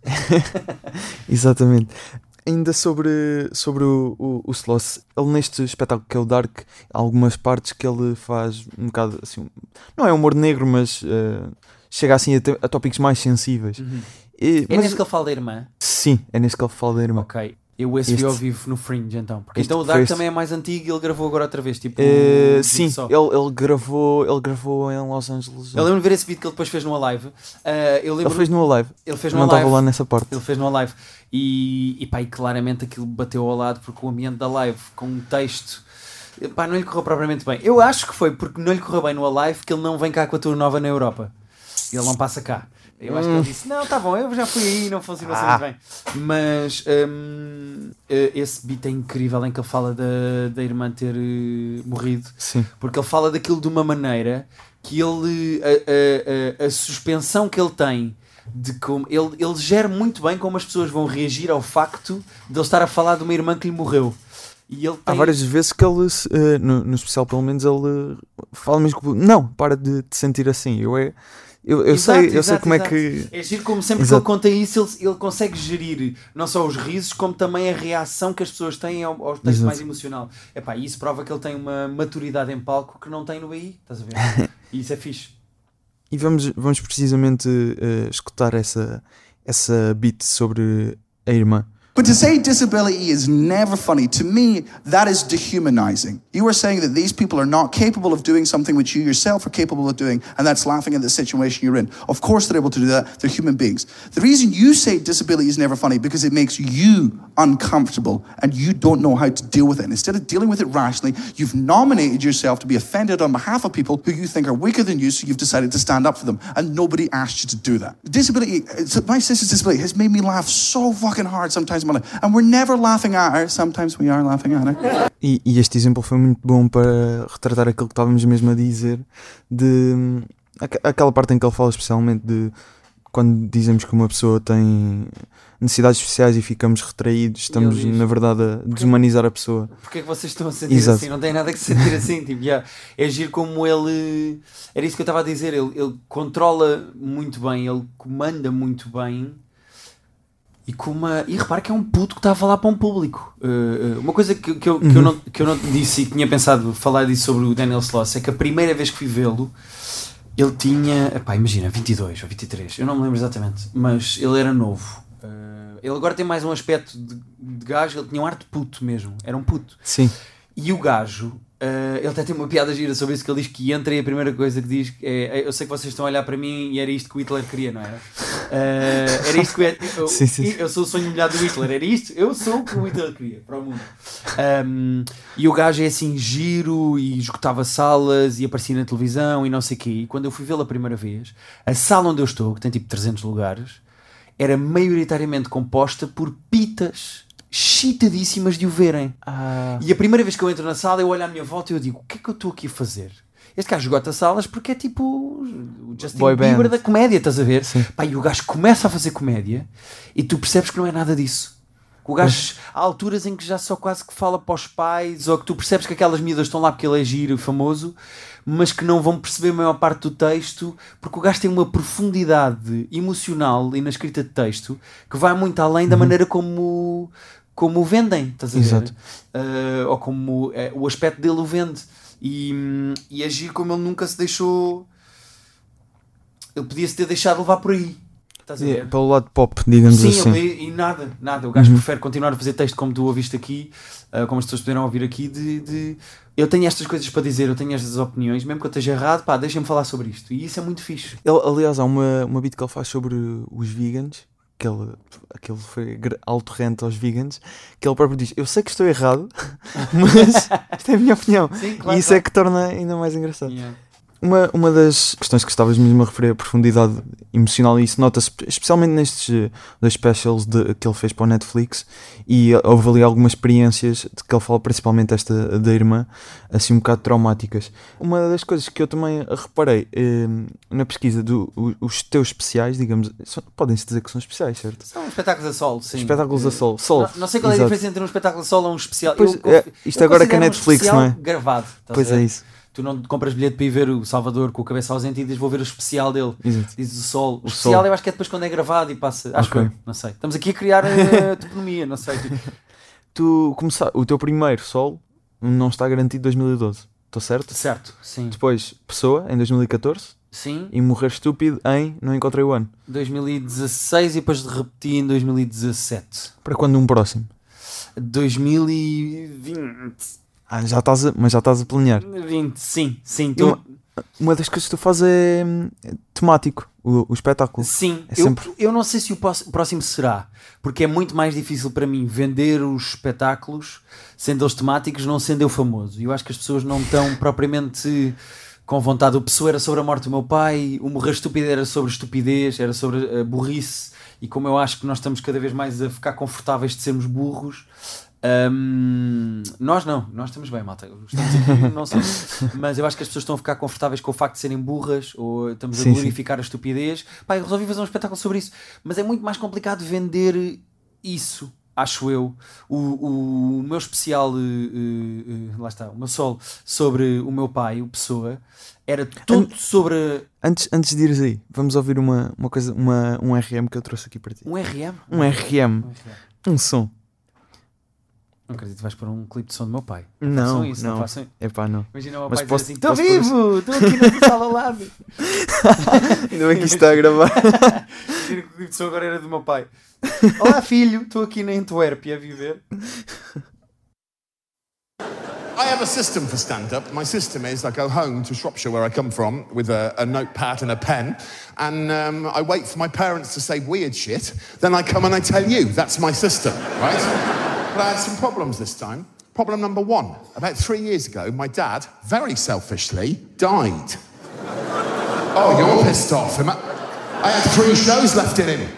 Exatamente. Ainda sobre, sobre o, o, o Sloss, ele neste espetáculo que é o Dark, há algumas partes que ele faz um bocado assim, não é humor negro, mas uh, chega assim a, te, a tópicos mais sensíveis. Uhum. E, é mas, nesse que ele fala da irmã? Sim, é nesse que ele fala da irmã. Ok. Eu esse vi ao vivo no Fringe, então. Porque então o Dark também é mais antigo e ele gravou agora outra vez. Tipo, uh, um sim, ele, ele, gravou, ele gravou em Los Angeles. Eu lembro de ver esse vídeo que ele depois fez no Alive. Uh, eu lembro... Ele fez no Alive. Ele fez no Não Alive. estava lá nessa parte. Ele fez no Alive. E, e, pá, e claramente aquilo bateu ao lado porque o ambiente da Live, com um texto, pá, não lhe correu propriamente bem. Eu acho que foi porque não lhe correu bem no Alive que ele não vem cá com a tour nova na Europa. Ele não passa cá. Eu acho que ele disse, não, tá bom, eu já fui aí e não funcionou assim ah. muito bem. Mas um, esse beat é incrível em que ele fala da, da irmã ter uh, morrido. Sim. Porque ele fala daquilo de uma maneira que ele, a, a, a, a suspensão que ele tem de como ele, ele gera muito bem como as pessoas vão reagir ao facto de ele estar a falar de uma irmã que lhe morreu. E ele tem... Há várias vezes que ele, uh, no, no especial pelo menos, ele uh, fala mesmo que não, para de te sentir assim. Eu é. Eu, eu, exato, sei, eu exato, sei como exato. é que... É giro como sempre exato. Que ele conta isso, ele, ele consegue gerir não só os risos, como também a reação que as pessoas têm ao, ao texto exato. Mais emocional. Epá, isso prova que ele tem uma maturidade em palco que não tem no B I, estás a ver? E isso é fixe. E vamos, vamos precisamente uh, escutar essa, essa beat sobre a irmã. But to say disability is never funny, to me, that is dehumanizing. You are saying that these people are not capable of doing something which you yourself are capable of doing, and that's laughing at the situation you're in. Of course they're able to do that. They're human beings. The reason you say disability is never funny because it makes you uncomfortable and you don't know how to deal with it. And instead of dealing with it rationally, you've nominated yourself to be offended on behalf of people who you think are weaker than you, so you've decided to stand up for them. And nobody asked you to do that. Disability, my sister's disability has made me laugh so fucking hard sometimes. And we're never laughing at her. Sometimes we are laughing at her. E, e este exemplo foi muito bom para retratar aquilo que estávamos mesmo a dizer, de aquela parte em que ele fala especialmente de quando dizemos que uma pessoa tem necessidades especiais e ficamos retraídos, estamos diz, na verdade a desumanizar a pessoa. Porque é que vocês estão a sentir exato. Assim? Não tem nada que se sentir assim. Tipo, yeah. É giro como ele... Era isso que eu estava a dizer. Ele, ele controla muito bem, ele comanda muito bem. E, com uma... e repara que é um puto que está a falar para um público. Uh, uma coisa que, que, eu, que, uhum. eu não, que eu não disse e que tinha pensado falar disso sobre o Daniel Sloss é que a primeira vez que fui vê-lo, ele tinha, epá, imagina, vinte e dois ou vinte e três, eu não me lembro exatamente, mas ele era novo. Uh, ele agora tem mais um aspecto de, de gajo, ele tinha um ar de puto mesmo, era um puto. Sim. E o gajo... Uh, ele até tem uma piada gira sobre isso, que ele diz que entra e a primeira coisa que diz é: eu sei que vocês estão a olhar para mim e era isto que o Hitler queria, não era? Uh, era isto que eu, eu, sim, sim. eu sou o sonho molhado do Hitler, era isto? Eu sou o que o Hitler queria para o mundo. Um, e o gajo é assim giro e esgotava salas e aparecia na televisão e não sei o quê. E quando eu fui vê-lo a primeira vez, a sala onde eu estou, que tem tipo trezentos lugares, era maioritariamente composta por pitas chitadíssimas de o verem. Ah. E a primeira vez que eu entro na sala, eu olho à minha volta e eu digo: o que é que eu estou aqui a fazer? Este gajo esgota salas porque é tipo o Justin Boy Bieber band. Da comédia, estás a ver? Pá, e o gajo começa a fazer comédia e tu percebes que não é nada disso. O gajo, há alturas em que já só quase que fala para os pais, ou que tu percebes que aquelas miúdas estão lá porque ele é giro e famoso, mas que não vão perceber a maior parte do texto, porque o gajo tem uma profundidade emocional e na escrita de texto que vai muito além da uhum. maneira como... como o vendem, estás a ver? Exato. Uh, ou como uh, o aspecto dele o vende. E, e agir como ele nunca se deixou... Ele podia-se ter deixado levar por aí. Estás a ver? É, pelo lado pop, digamos Sim, assim. ele, e nada, nada. O gajo Uhum. prefere continuar a fazer texto como tu ouviste aqui, uh, como as pessoas puderam ouvir aqui, de, de eu tenho estas coisas para dizer, eu tenho estas opiniões, mesmo que eu esteja errado, pá, deixa-me falar sobre isto. E isso é muito fixe. Ele, aliás, há uma, uma beat que ele faz sobre os vegans, que ele, aquele foi gra- alto rente aos vegans, que ele próprio diz, eu sei que estou errado, mas isto é a minha opinião. Sim, E isso é que torna ainda mais engraçado. Uma, uma das questões que estavas mesmo a referir, a profundidade emocional, e isso nota-se especialmente nestes eh, dois specials de, que ele fez para o Netflix, e houve ali algumas experiências de que ele fala, principalmente esta da irmã, assim um bocado traumáticas. Uma das coisas que eu também reparei eh, na pesquisa dos do, teus especiais, digamos, são, podem-se dizer que são especiais, certo? São espetáculos a solo, sim. Espetáculos a solo. solo Não, não sei qual é a exato. diferença entre um espetáculo a solo e um especial. Pois, eu, é, isto eu agora que é considero um Netflix, especial não é? gravado. Pois é isso. Tu não compras bilhete para ir ver o Salvador com a cabeça ausente e dizes vou ver o especial dele. Exato. Dizes o sol. O, O especial sol. eu acho que é depois quando é gravado e passa. Acho Ok. que eu, não sei. Estamos aqui a criar a toponomia, não sei. Tu começar, o teu primeiro solo não está garantido em dois mil e doze, estou certo? Certo, sim. Depois, Pessoa, em dois mil e catorze, Sim, e Morrer Estúpido em Não Encontrei o Ano. dois mil e dezasseis e depois repeti em dois mil e dezassete. Para quando um próximo? dois mil e vinte. Ah, já estás a, mas já estás a planear. vinte, sim, sim. E Tô... uma, uma das coisas que tu fazes é, hum, é temático, o, o espetáculo. Sim, É eu, sempre- eu não sei se o pós- o próximo será, porque é muito mais difícil para mim vender os espetáculos, sendo eles temáticos, não sendo eu famoso. E eu acho que as pessoas não estão propriamente com vontade. O Pessoa era sobre a morte do meu pai, o Morrer Estúpido era sobre estupidez, era sobre a burrice, e como eu acho que nós estamos cada vez mais a ficar confortáveis de sermos burros. Hum, nós não, nós estamos bem, malta. Estamos aqui, não somos, mas eu acho que as pessoas estão a ficar confortáveis com o facto de serem burras, ou estamos a Sim, glorificar a estupidez. Pá, eu resolvi fazer um espetáculo sobre isso, mas é muito mais complicado vender isso, acho eu. O, o, o meu especial, uh, uh, uh, lá está, o meu solo sobre o meu pai, o Pessoa, era tudo sobre Antes, antes de ires aí, vamos ouvir uma, uma coisa, uma, um R M que eu trouxe aqui para ti. um R M. Um R M, Um R M. um som. Não acredito que vais pôr um clipe de som do meu pai. Não, façam isso, não, não. façam. Epá, não. Imagina o meu Mas pai posso- dizer assim: estou posso pôr vivo, estou aqui na sala ao lado. Ainda bem que isto está a gravar. Imagina que o clipe de som agora era do meu pai. Olá filho, estou aqui na Antuérpia a viver. I have a system for stand-up. My system is I go home to Shropshire, where I come from, with a, a notepad and a pen, and um, I wait for my parents to say weird shit, then I come and I tell you. That's my system, right? But I had some problems this time. Problem number one. About three years ago, my dad, very selfishly, died. Oh, you're pissed off. Am I I had three shows left in him.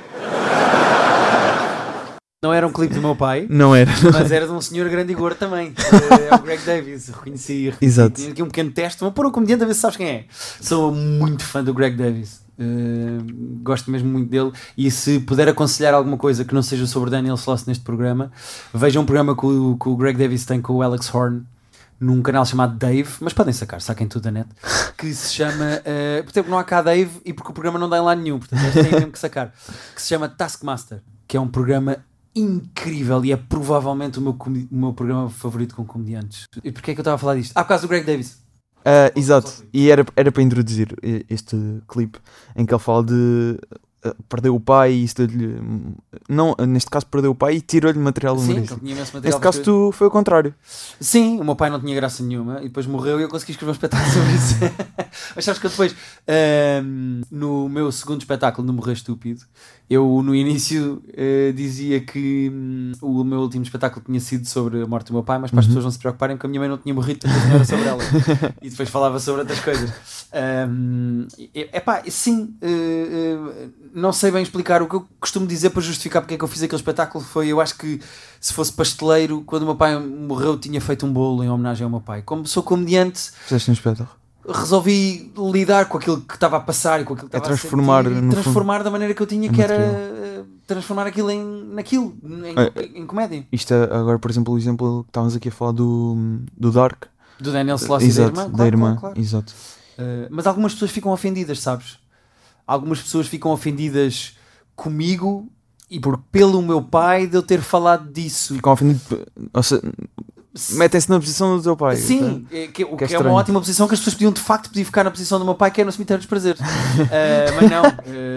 Não era um clipe do meu pai, Não era. mas era de um senhor grande e gordo também. É o Greg Davis, reconheci. reconheci. Exato. Tinha aqui um pequeno teste. Vou pôr um comediante a ver se sabes quem é. Sou muito fã do Greg Davis. Uh, gosto mesmo muito dele. E se puder aconselhar alguma coisa que não seja sobre Daniel Sloss neste programa, veja um programa que o, que o Greg Davis tem com o Alex Horn num canal chamado Dave, mas podem sacar, saquem tudo da net, que se chama uh, porque não há cá Dave e porque o programa não dá em lá nenhum, portanto eles têm mesmo que sacar, que se chama Taskmaster, que é um programa incrível e é provavelmente o meu, comi- o meu programa favorito com comediantes. E porquê é que eu estava a falar disto? Ah, por causa do Greg Davis. Ah, exato, e era, era para introduzir e- este clipe em que ele fala de ah, perdeu o pai e isso deu-lhe. Não, neste caso perdeu o pai e tirou-lhe material Sim, que ele humorístico. tinha imenso material. Neste caso para tu foi o contrário. Sim, o meu pai não tinha graça nenhuma e depois morreu e eu consegui escrever um espetáculo sobre isso. Mas sabes que eu depois, ahm, no meu segundo espetáculo, no Morrer Estúpido, eu no início eh, dizia que hum, o meu último espetáculo tinha sido sobre a morte do meu pai, mas para as Uhum. pessoas não se preocuparem porque a minha mãe não tinha morrido, portanto não era sobre ela. E depois falava sobre outras coisas. Um, é pá, sim, uh, uh, não sei bem explicar. O que eu costumo dizer para justificar porque é que eu fiz aquele espetáculo foi, eu acho que se fosse pasteleiro, quando o meu pai morreu tinha feito um bolo em homenagem ao meu pai. Como sou comediante, Fizeste um espetáculo. resolvi lidar com aquilo que estava a passar e com aquilo que É estava transformar, a sentir, e no transformar da maneira que eu tinha, em que era material. uh, transformar aquilo em, naquilo, em, É. em comédia. Isto é agora, por exemplo, o exemplo que estávamos aqui a falar do, do Dark. Do Daniel Sloss e da Exato, irmã, claro, da irmã. claro, claro. Exato. Uh, mas algumas pessoas ficam ofendidas, sabes? Algumas pessoas ficam ofendidas comigo e por, pelo meu pai de eu ter falado disso. Ficam ofendidos. Ou seja, metem-se na posição do teu pai. Sim, tá? é, que, o Que é que é uma estranho. ótima posição que as pessoas podiam de facto poder ficar na posição do meu pai, que é no Cemitério dos Prazeres. Uh, mas não, uh,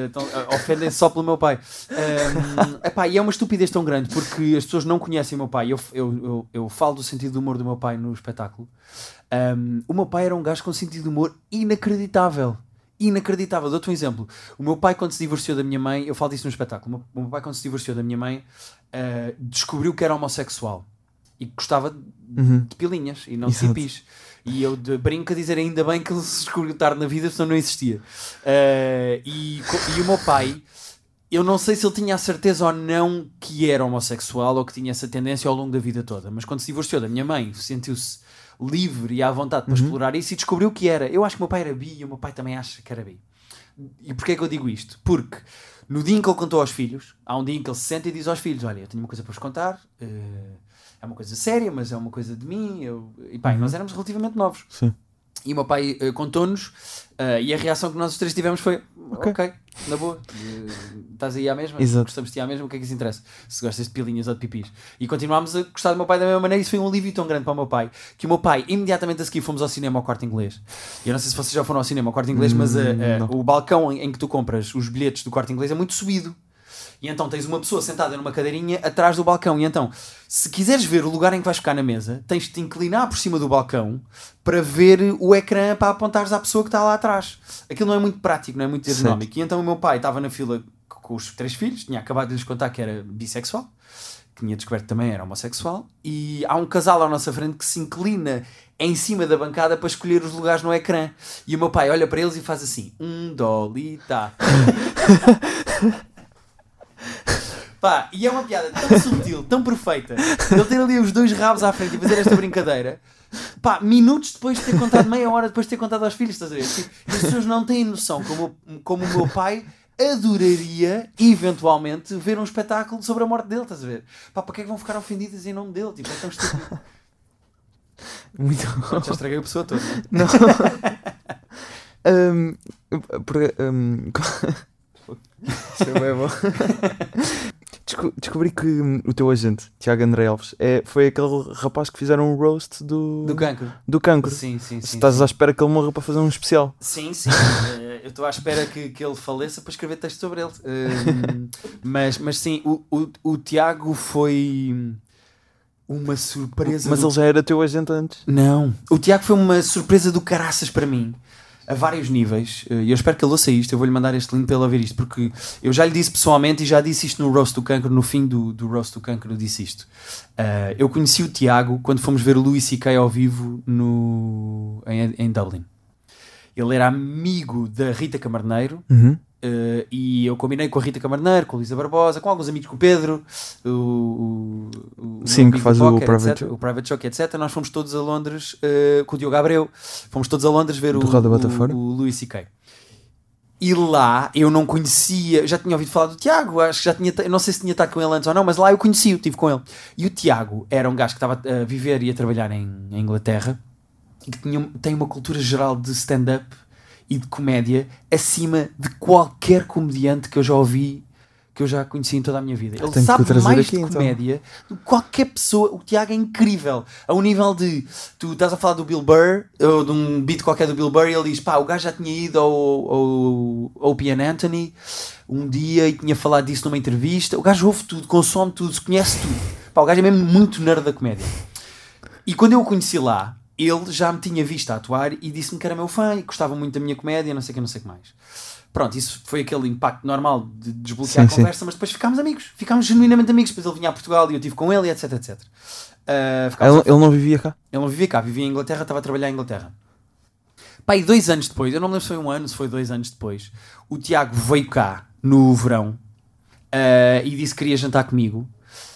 então, ofendem-se só pelo meu pai. Um, epá, e é uma estupidez tão grande porque as pessoas não conhecem o meu pai. Eu, eu, eu, eu falo do sentido do humor do meu pai no espetáculo. Um, o meu pai era um gajo com sentido de humor inacreditável. Inacreditável. Dou-te um exemplo. O meu pai, quando se divorciou da minha mãe, eu falo disso no espetáculo. O meu pai, quando se divorciou da minha mãe, uh, descobriu que era homossexual e que gostava de, Uhum. de pilinhas e não de Exato. cipis. E eu de, brinco a dizer ainda bem que ele se descobriu tarde na vida, senão não existia. Uh, e, e o meu pai, eu não sei se ele tinha a certeza ou não que era homossexual ou que tinha essa tendência ao longo da vida toda, mas quando se divorciou da minha mãe, sentiu-se livre e à vontade para Uhum. explorar isso e descobriu que era. Eu acho que o meu pai era bi e o meu pai também acha que era bi. E porquê é que eu digo isto? Porque no dia em que ele contou aos filhos, há um dia em que ele se senta e diz aos filhos: olha, eu tenho uma coisa para vos contar, uh, é uma coisa séria, mas é uma coisa de mim. Eu... E pá, Uhum. nós éramos relativamente novos. Sim. E o meu pai uh, contou-nos uh, e a reação que nós os três tivemos foi: ok, Ok. na boa, uh, estás aí à mesma, Exato. gostamos de ti à mesma, o que é que isso interessa? Se gostas de pilinhas ou de pipis. E continuámos a gostar do meu pai da mesma maneira. Isso foi um alívio tão grande para o meu pai que o meu pai, imediatamente a seguir, fomos ao cinema ao Corte Inglês. E eu não sei se vocês já foram ao cinema ao Corte Inglês, mas uh, Hum, uh, o balcão em, em que tu compras os bilhetes do Corte Inglês é muito subido. E então tens uma pessoa sentada numa cadeirinha atrás do balcão. E então, se quiseres ver o lugar em que vais ficar na mesa, tens de te inclinar por cima do balcão para ver o ecrã para apontares à pessoa que está lá atrás. Aquilo não é muito prático, não é muito ergonómico. E então o meu pai estava na fila com os três filhos, tinha acabado de lhes contar que era bissexual, que tinha descoberto que também era homossexual, e há um casal à nossa frente que se inclina em cima da bancada para escolher os lugares no ecrã. E o meu pai olha para eles e faz assim: um dolita. Pá, e é uma piada tão sutil, tão perfeita, ele ter ali os dois rabos à frente e fazer esta brincadeira, pá, minutos depois de ter contado, meia hora depois de ter contado aos filhos, estás a ver? Tipo, as pessoas não têm noção como, como o meu pai adoraria, eventualmente, ver um espetáculo sobre a morte dele, estás a ver? Pá, para que é que vão ficar ofendidas em nome dele? Tipo, é tão estúpido. Muito Pronto, já estraguei a pessoa toda. Não? um, por, um, Isto é bem bom. Desco- descobri que hum, o teu agente, Tiago André Alves, é, foi aquele rapaz que fizeram um roast do, Do cancro. do cancro. Sim, sim, Se sim. estás sim. à espera que ele morra para fazer um especial. Sim, sim. Uh, eu estou à espera que, que ele faleça para escrever texto sobre ele. Uh, mas, mas sim, o, o, o Tiago foi uma surpresa. Mas do... ele já era teu agente antes. Não. O Tiago foi uma surpresa do caraças para mim. A vários níveis. E eu espero que ele ouça isto. Eu vou-lhe mandar este link para ele ouvir isto. Porque eu já lhe disse pessoalmente e já disse isto no Roast do Cancro. No fim do, do Roast do Cancro eu disse isto. Uh, eu conheci o Tiago quando fomos ver o Louis C K ao vivo no, em, em Dublin. Ele era amigo da Rita Camarneiro. Uhum. Uh, e eu combinei com a Rita Camarneiro, com a Luísa Barbosa, com alguns amigos, com o Pedro, o, o, o Sim, meu que amigo faz do o Poker, Private etcétera, o Private Joke, etcétera. Nós fomos todos a Londres uh, com o Diogo Abreu, fomos todos a Londres ver Do o, Roda Bota o, Fora. o Louis C K. E lá eu não conhecia, já tinha ouvido falar do Tiago, acho que já tinha, não sei se tinha estado com ele antes ou não, mas lá eu conheci-o, estive com ele. E o Tiago era um gajo que estava a viver e a trabalhar em, em Inglaterra e que tinha, tem uma cultura geral de stand-up e de comédia acima de qualquer comediante que eu já ouvi, que eu já conheci em toda a minha vida. Ele Tenho que sabe o trazer mais aqui, de então. comédia do que qualquer pessoa. O Tiago é incrível. A um nível de... Tu estás a falar do Bill Burr, ou de um beat qualquer do Bill Burr, e ele diz, pá, o gajo já tinha ido ao, ao, ao Opie and Anthony um dia e tinha falado disso numa entrevista. O gajo ouve tudo, consome tudo, se conhece tudo. Pá, o gajo é mesmo muito nerd da comédia. E quando eu o conheci lá, ele já me tinha visto a atuar e disse-me que era meu fã e gostava muito da minha comédia, não sei o que, não sei o que mais. Pronto, isso foi aquele impacto normal de desbloquear Sim, a conversa, mas depois ficámos amigos, ficámos genuinamente amigos. Depois ele vinha a Portugal e eu estive com ele, e etc, et cetera. Uh, ficámos Ele, ele não vivia cá? ele não vivia cá, vivia em Inglaterra, estava a trabalhar em Inglaterra. Pá, e dois anos depois, eu não me lembro se foi um ano, se foi dois anos depois, o Tiago veio cá no verão uh, e disse que queria jantar comigo.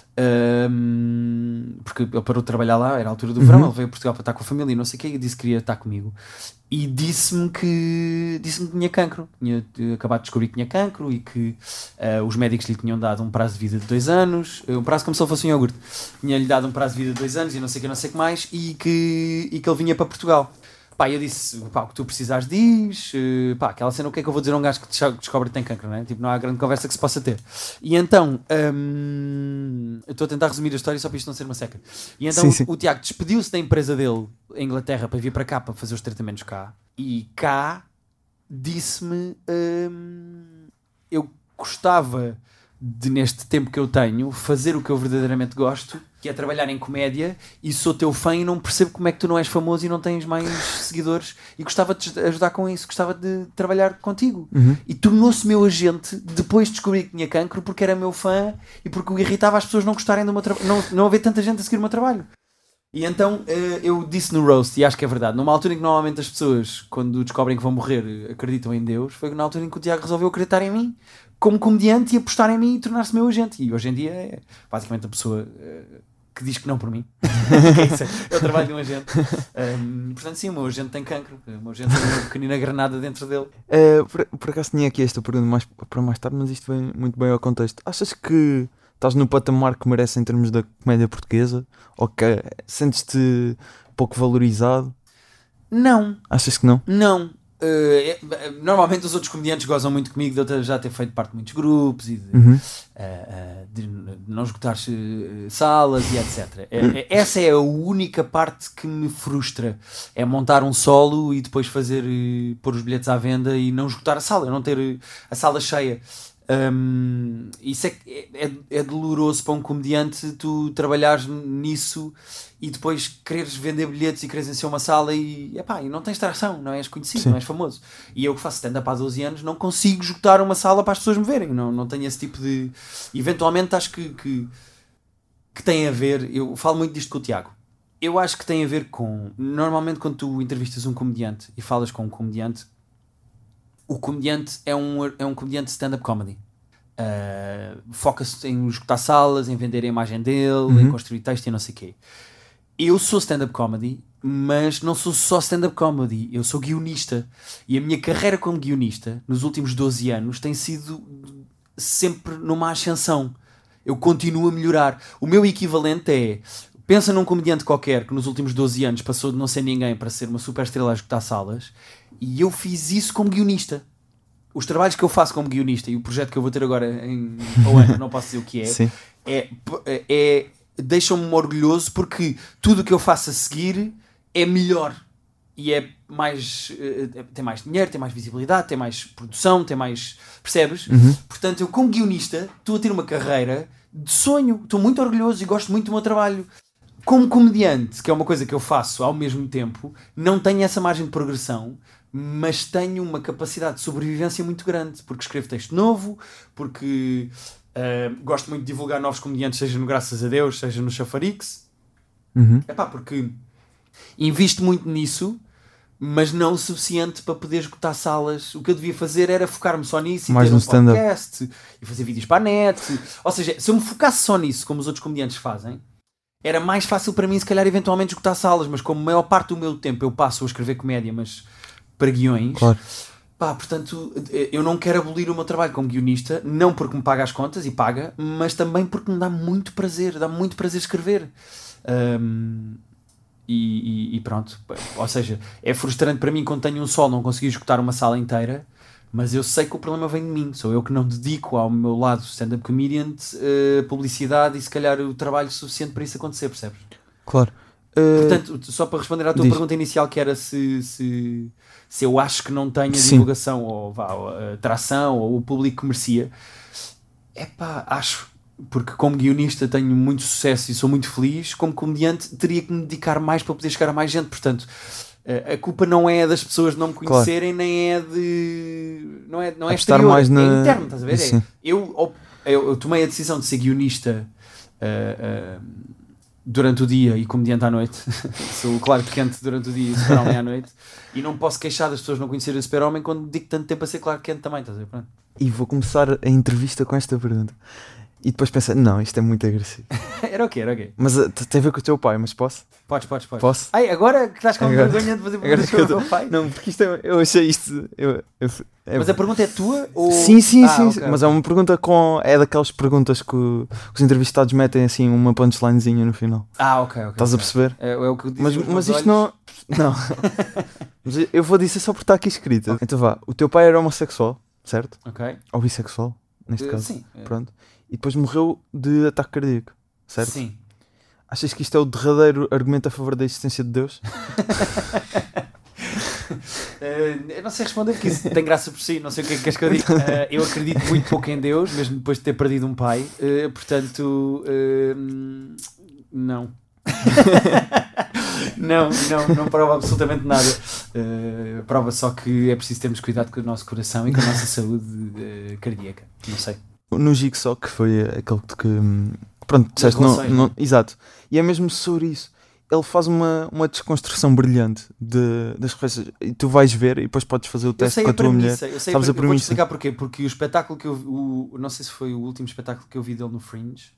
Um, porque ele parou de trabalhar lá, era a altura do verão, Uhum. ele veio a Portugal para estar com a família e não sei o que, e disse que queria estar comigo. E disse-me que disse-me que tinha cancro, tinha eh, acabado de descobrir que tinha cancro e que uh, os médicos lhe tinham dado um prazo de vida de dois anos, um prazo como se ele fosse um iogurte, tinha-lhe dado um prazo de vida de dois anos e não sei o que, não sei o que mais, e que, e que ele vinha para Portugal. Pá, eu disse, pá, o que tu precisares diz, uh, pá, aquela cena, o que é que eu vou dizer a um gajo que descobre que tem cancro, não é? Tipo, não há grande conversa que se possa ter. E então, hum, eu estou a tentar resumir a história só para isto não ser uma seca. E então Sim, o, sim. o Tiago despediu-se da empresa dele em Inglaterra para vir para cá para fazer os tratamentos cá, e cá disse-me hum, eu gostava de, neste tempo que eu tenho, fazer o que eu verdadeiramente gosto, que é trabalhar em comédia, e sou teu fã e não percebo como é que tu não és famoso e não tens mais seguidores, e gostava de te ajudar com isso, gostava de trabalhar contigo. Uhum. E tornou-se meu agente depois de descobrir que tinha cancro, porque era meu fã e porque o irritava as pessoas não gostarem do meu trabalho, não, não haver tanta gente a seguir o meu trabalho. E então eu disse no roast, e acho que é verdade, numa altura em que normalmente as pessoas, quando descobrem que vão morrer, acreditam em Deus, foi na altura em que o Tiago resolveu acreditar em mim como comediante e apostar em mim e tornar-se meu agente. E hoje em dia é basicamente a pessoa que diz que não por mim. É o trabalho de um agente. Um, portanto, sim, o meu agente tem cancro. O meu agente tem uma pequenina granada dentro dele. Uh, por, por acaso tinha aqui esta pergunta mais, para mais tarde, mas isto vem muito bem ao contexto. Achas que estás no patamar que merece em termos da comédia portuguesa? Ou que sentes-te pouco valorizado? Não. Achas que não? Não. Uh, normalmente os outros comediantes gozam muito comigo de eu já ter feito parte de muitos grupos e de, uhum. uh, uh, de não esgotar uh, salas e etcétera. É, essa é a única parte que me frustra, é montar um solo e depois fazer uh, pôr os bilhetes à venda e não esgotar a sala, não ter uh, a sala cheia. Um, isso é, é, é doloroso para um comediante, tu trabalhares nisso e depois quereres vender bilhetes e quereres encher uma sala e, epá, e não tens tração, não és conhecido, Sim. não és famoso. E eu que faço stand-up há doze anos não consigo esgotar uma sala para as pessoas me verem, não, não tenho esse tipo de... Eventualmente acho que, que, que tem a ver, eu falo muito disto com o Tiago, eu acho que tem a ver com, normalmente quando tu entrevistas um comediante e falas com um comediante, o comediante é um, é um comediante de stand-up comedy. Uh, foca-se em esgotar salas, em vender a imagem dele, uhum. em construir texto e não sei o quê. Eu sou stand-up comedy, mas não sou só stand-up comedy, eu sou guionista. E a minha carreira como guionista, nos últimos doze anos, tem sido sempre numa ascensão. Eu continuo a melhorar. O meu equivalente é... Pensa num comediante qualquer que nos últimos doze anos passou de não ser ninguém para ser uma super estrela a esgotar salas, e eu fiz isso como guionista. Os trabalhos que eu faço como guionista e o projeto que eu vou ter agora em um ano, não posso dizer o que é, é, é, é deixam-me orgulhoso porque tudo o que eu faço a seguir é melhor e é mais, é, tem mais dinheiro, tem mais visibilidade, tem mais produção, tem mais... Percebes? Uhum. Portanto, eu como guionista estou a ter uma carreira de sonho, estou muito orgulhoso e gosto muito do meu trabalho. Como comediante, que é uma coisa que eu faço ao mesmo tempo, não tenho essa margem de progressão, mas tenho uma capacidade de sobrevivência muito grande, porque escrevo texto novo, porque uh, gosto muito de divulgar novos comediantes, seja no Graças a Deus, seja no Chafarix. Uhum. Epá, porque invisto muito nisso, mas não o suficiente para poder esgotar salas. O que eu devia fazer era focar-me só nisso e mais ter um stand-up. podcast e fazer vídeos para a net. Ou seja, se eu me focasse só nisso, como os outros comediantes fazem, era mais fácil para mim, se calhar, eventualmente esgotar salas, mas como a maior parte do meu tempo eu passo a escrever comédia, mas para guiões, claro. Pá, portanto, eu não quero abolir o meu trabalho como guionista, não porque me paga as contas, e paga, mas também porque me dá muito prazer, dá muito prazer escrever. Um, e, e, e pronto, ou seja, é frustrante para mim quando tenho um sol não conseguir esgotar uma sala inteira, mas eu sei que o problema vem de mim, sou eu que não dedico ao meu lado stand-up comedian uh, publicidade e se calhar o trabalho suficiente para isso acontecer, percebes? Claro. Uh, Portanto, só para responder à tua diz. pergunta inicial, que era se, se, se eu acho que não tenho a Sim. divulgação ou vá, a atração ou o público que merecia, é pá, acho, porque como guionista tenho muito sucesso e sou muito feliz, como comediante teria que me dedicar mais para poder chegar a mais gente, portanto a culpa não é das pessoas não me conhecerem, claro. Nem é de não é, não é exterior, mais na... é interno, estás a ver? É, eu, eu, eu tomei a decisão de ser guionista uh, uh, durante o dia e comediante à noite. Sou claro que quente durante o dia e Super-Homem à noite, e não posso queixar das pessoas não conhecerem o Super-Homem quando dedico tanto tempo a ser claro quente também, estás a ver? Pronto. E vou começar a entrevista com esta pergunta. E depois pensei, não, isto é muito agressivo. Era o quê? Era o quê? Mas uh, tem a ver com o teu pai, mas posso? Podes, podes, podes. Posso? Ai, agora que estás com agora, vergonha de fazer perguntas com o teu pai? Não, porque isto é, eu achei isto... Eu, eu, é... Mas a pergunta é tua? Ou... Sim, sim, ah, sim. Okay, mas okay. é uma pergunta com... É daquelas perguntas que, o, que os entrevistados metem assim uma punchlinezinha no final. Ah, ok, ok. Estás okay. a perceber? É, é o que mas mas isto não... Não. Mas eu vou dizer só porque está aqui escrito. Okay. Então vá, o teu pai era homossexual, certo? Ok. Ou bissexual, neste uh, caso. Sim. Pronto. E depois morreu de ataque cardíaco, certo? Sim. Achas que isto é o derradeiro argumento a favor da existência de Deus? eu não sei responder porque isso tem graça por si, não sei o que é que queres que eu diga. Uh, eu acredito muito pouco em Deus, mesmo depois de ter perdido um pai, uh, portanto, uh, não. não, não, não prova absolutamente nada. Uh, prova só que é preciso termos cuidado com o nosso coração e com a nossa saúde uh, cardíaca. Não sei. No Jigsaw, que foi aquele que... Pronto, disseste, não, não, exato. E é mesmo sobre isso. Ele faz uma, uma desconstrução brilhante de, das referências. E tu vais ver e depois podes fazer o teste com a, a tua premissa, mulher. Eu sei Sabes a, a premissa. Eu vou-te explicar porquê. Porque o espetáculo que eu... O, não sei se foi o último espetáculo que eu vi dele no Fringe.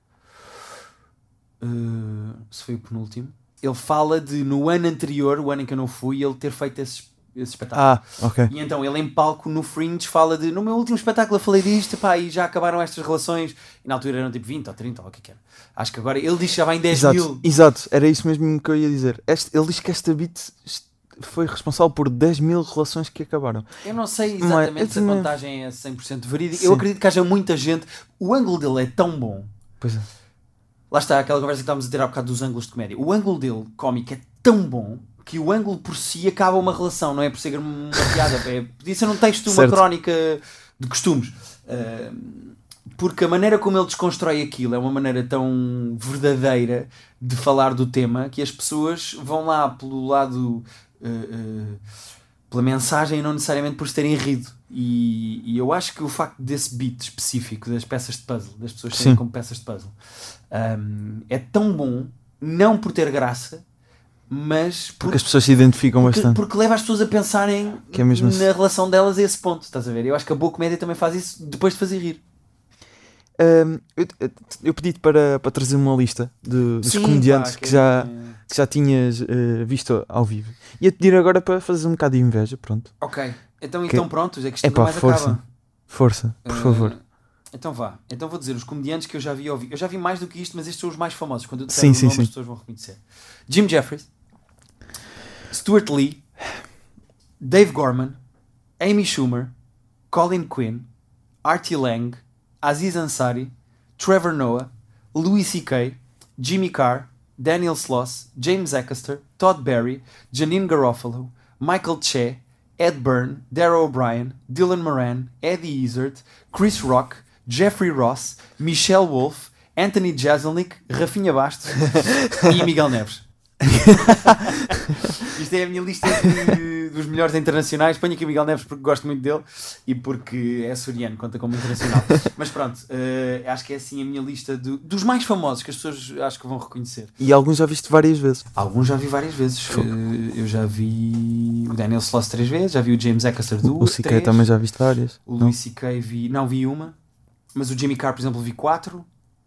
Uh, se foi o penúltimo. Ele fala de, no ano anterior, o ano em que eu não fui, ele ter feito esse, esse espetáculo. Ah, ok. E então ele em palco no Fringe fala de, no meu último espetáculo eu falei disto, pá, e já acabaram estas relações. E na altura eram tipo vinte ou trinta ou o que é que era. Acho que agora ele diz que já vai em dez exato, mil. Exato, era isso mesmo que eu ia dizer. Este, ele diz que esta beat foi responsável por dez mil relações que acabaram. Eu não sei exatamente Mas, se a também... contagem é cem por cento verídica. Sim. Eu acredito que haja muita gente. O ângulo dele é tão bom. Pois é. Lá está aquela conversa que estávamos a ter há bocado dos ângulos de comédia. O ângulo dele, cómico, é tão bom que o ângulo por si acaba uma relação, não é por ser uma piada. É, podia ser um texto, uma certo. Crónica de costumes. Uh, porque a maneira como ele desconstrói aquilo é uma maneira tão verdadeira de falar do tema que as pessoas vão lá pelo lado... Uh, uh, pela mensagem e não necessariamente por se terem rido. E, e eu acho que o facto desse beat específico das peças de puzzle, das pessoas terem como peças de puzzle, um, é tão bom, não por ter graça, mas por, porque as pessoas se identificam porque, bastante. Porque leva as pessoas a pensarem que é mesmo na assim. Relação delas a esse ponto, estás a ver? Eu acho que a boa comédia também faz isso depois de fazer rir. Um, eu, eu pedi-te para, para trazer uma lista de, dos Sim, comediantes pá, que, que, já, é... que já tinhas uh, visto ao vivo. Ia-te pedir agora para fazer um bocado de inveja, pronto. Ok, então, então que... prontos, é que isto é não mais força, acaba. Força, por uh, favor. Então vá, então vou dizer os comediantes que eu já vi ao vivo. Eu já vi mais do que isto, mas estes são os mais famosos. Quando eu disser sim, o sim, nome, sim. as pessoas vão reconhecer. Jim Jeffries, Stuart Lee, Dave Gorman, Amy Schumer, Colin Quinn, Artie Lang, Aziz Ansari, Trevor Noah, Louis C K, Jimmy Carr, Daniel Sloss, James Acaster, Todd Barry, Janine Garofalo, Michael Che, Ed Byrne, Darryl O'Brien, Dylan Moran, Eddie Izzard, Chris Rock, Jeffrey Ross, Michelle Wolf, Anthony Jeselnik, Rafinha Bastos e Miguel Neves. Isto é a minha lista de, dos melhores internacionais. Ponho aqui o Miguel Neves porque gosto muito dele e porque é açoriano, conta como internacional. Mas pronto, uh, acho que é assim a minha lista do, dos mais famosos que as pessoas acho que vão reconhecer. E alguns já viste várias vezes? Alguns já vi várias vezes. Uh, eu já vi o Daniel Sloss três vezes, já vi o James Acaster duas, o C K também já viste várias. O Louis C K vi, não vi uma, mas o Jimmy Carr, por exemplo, vi quatro.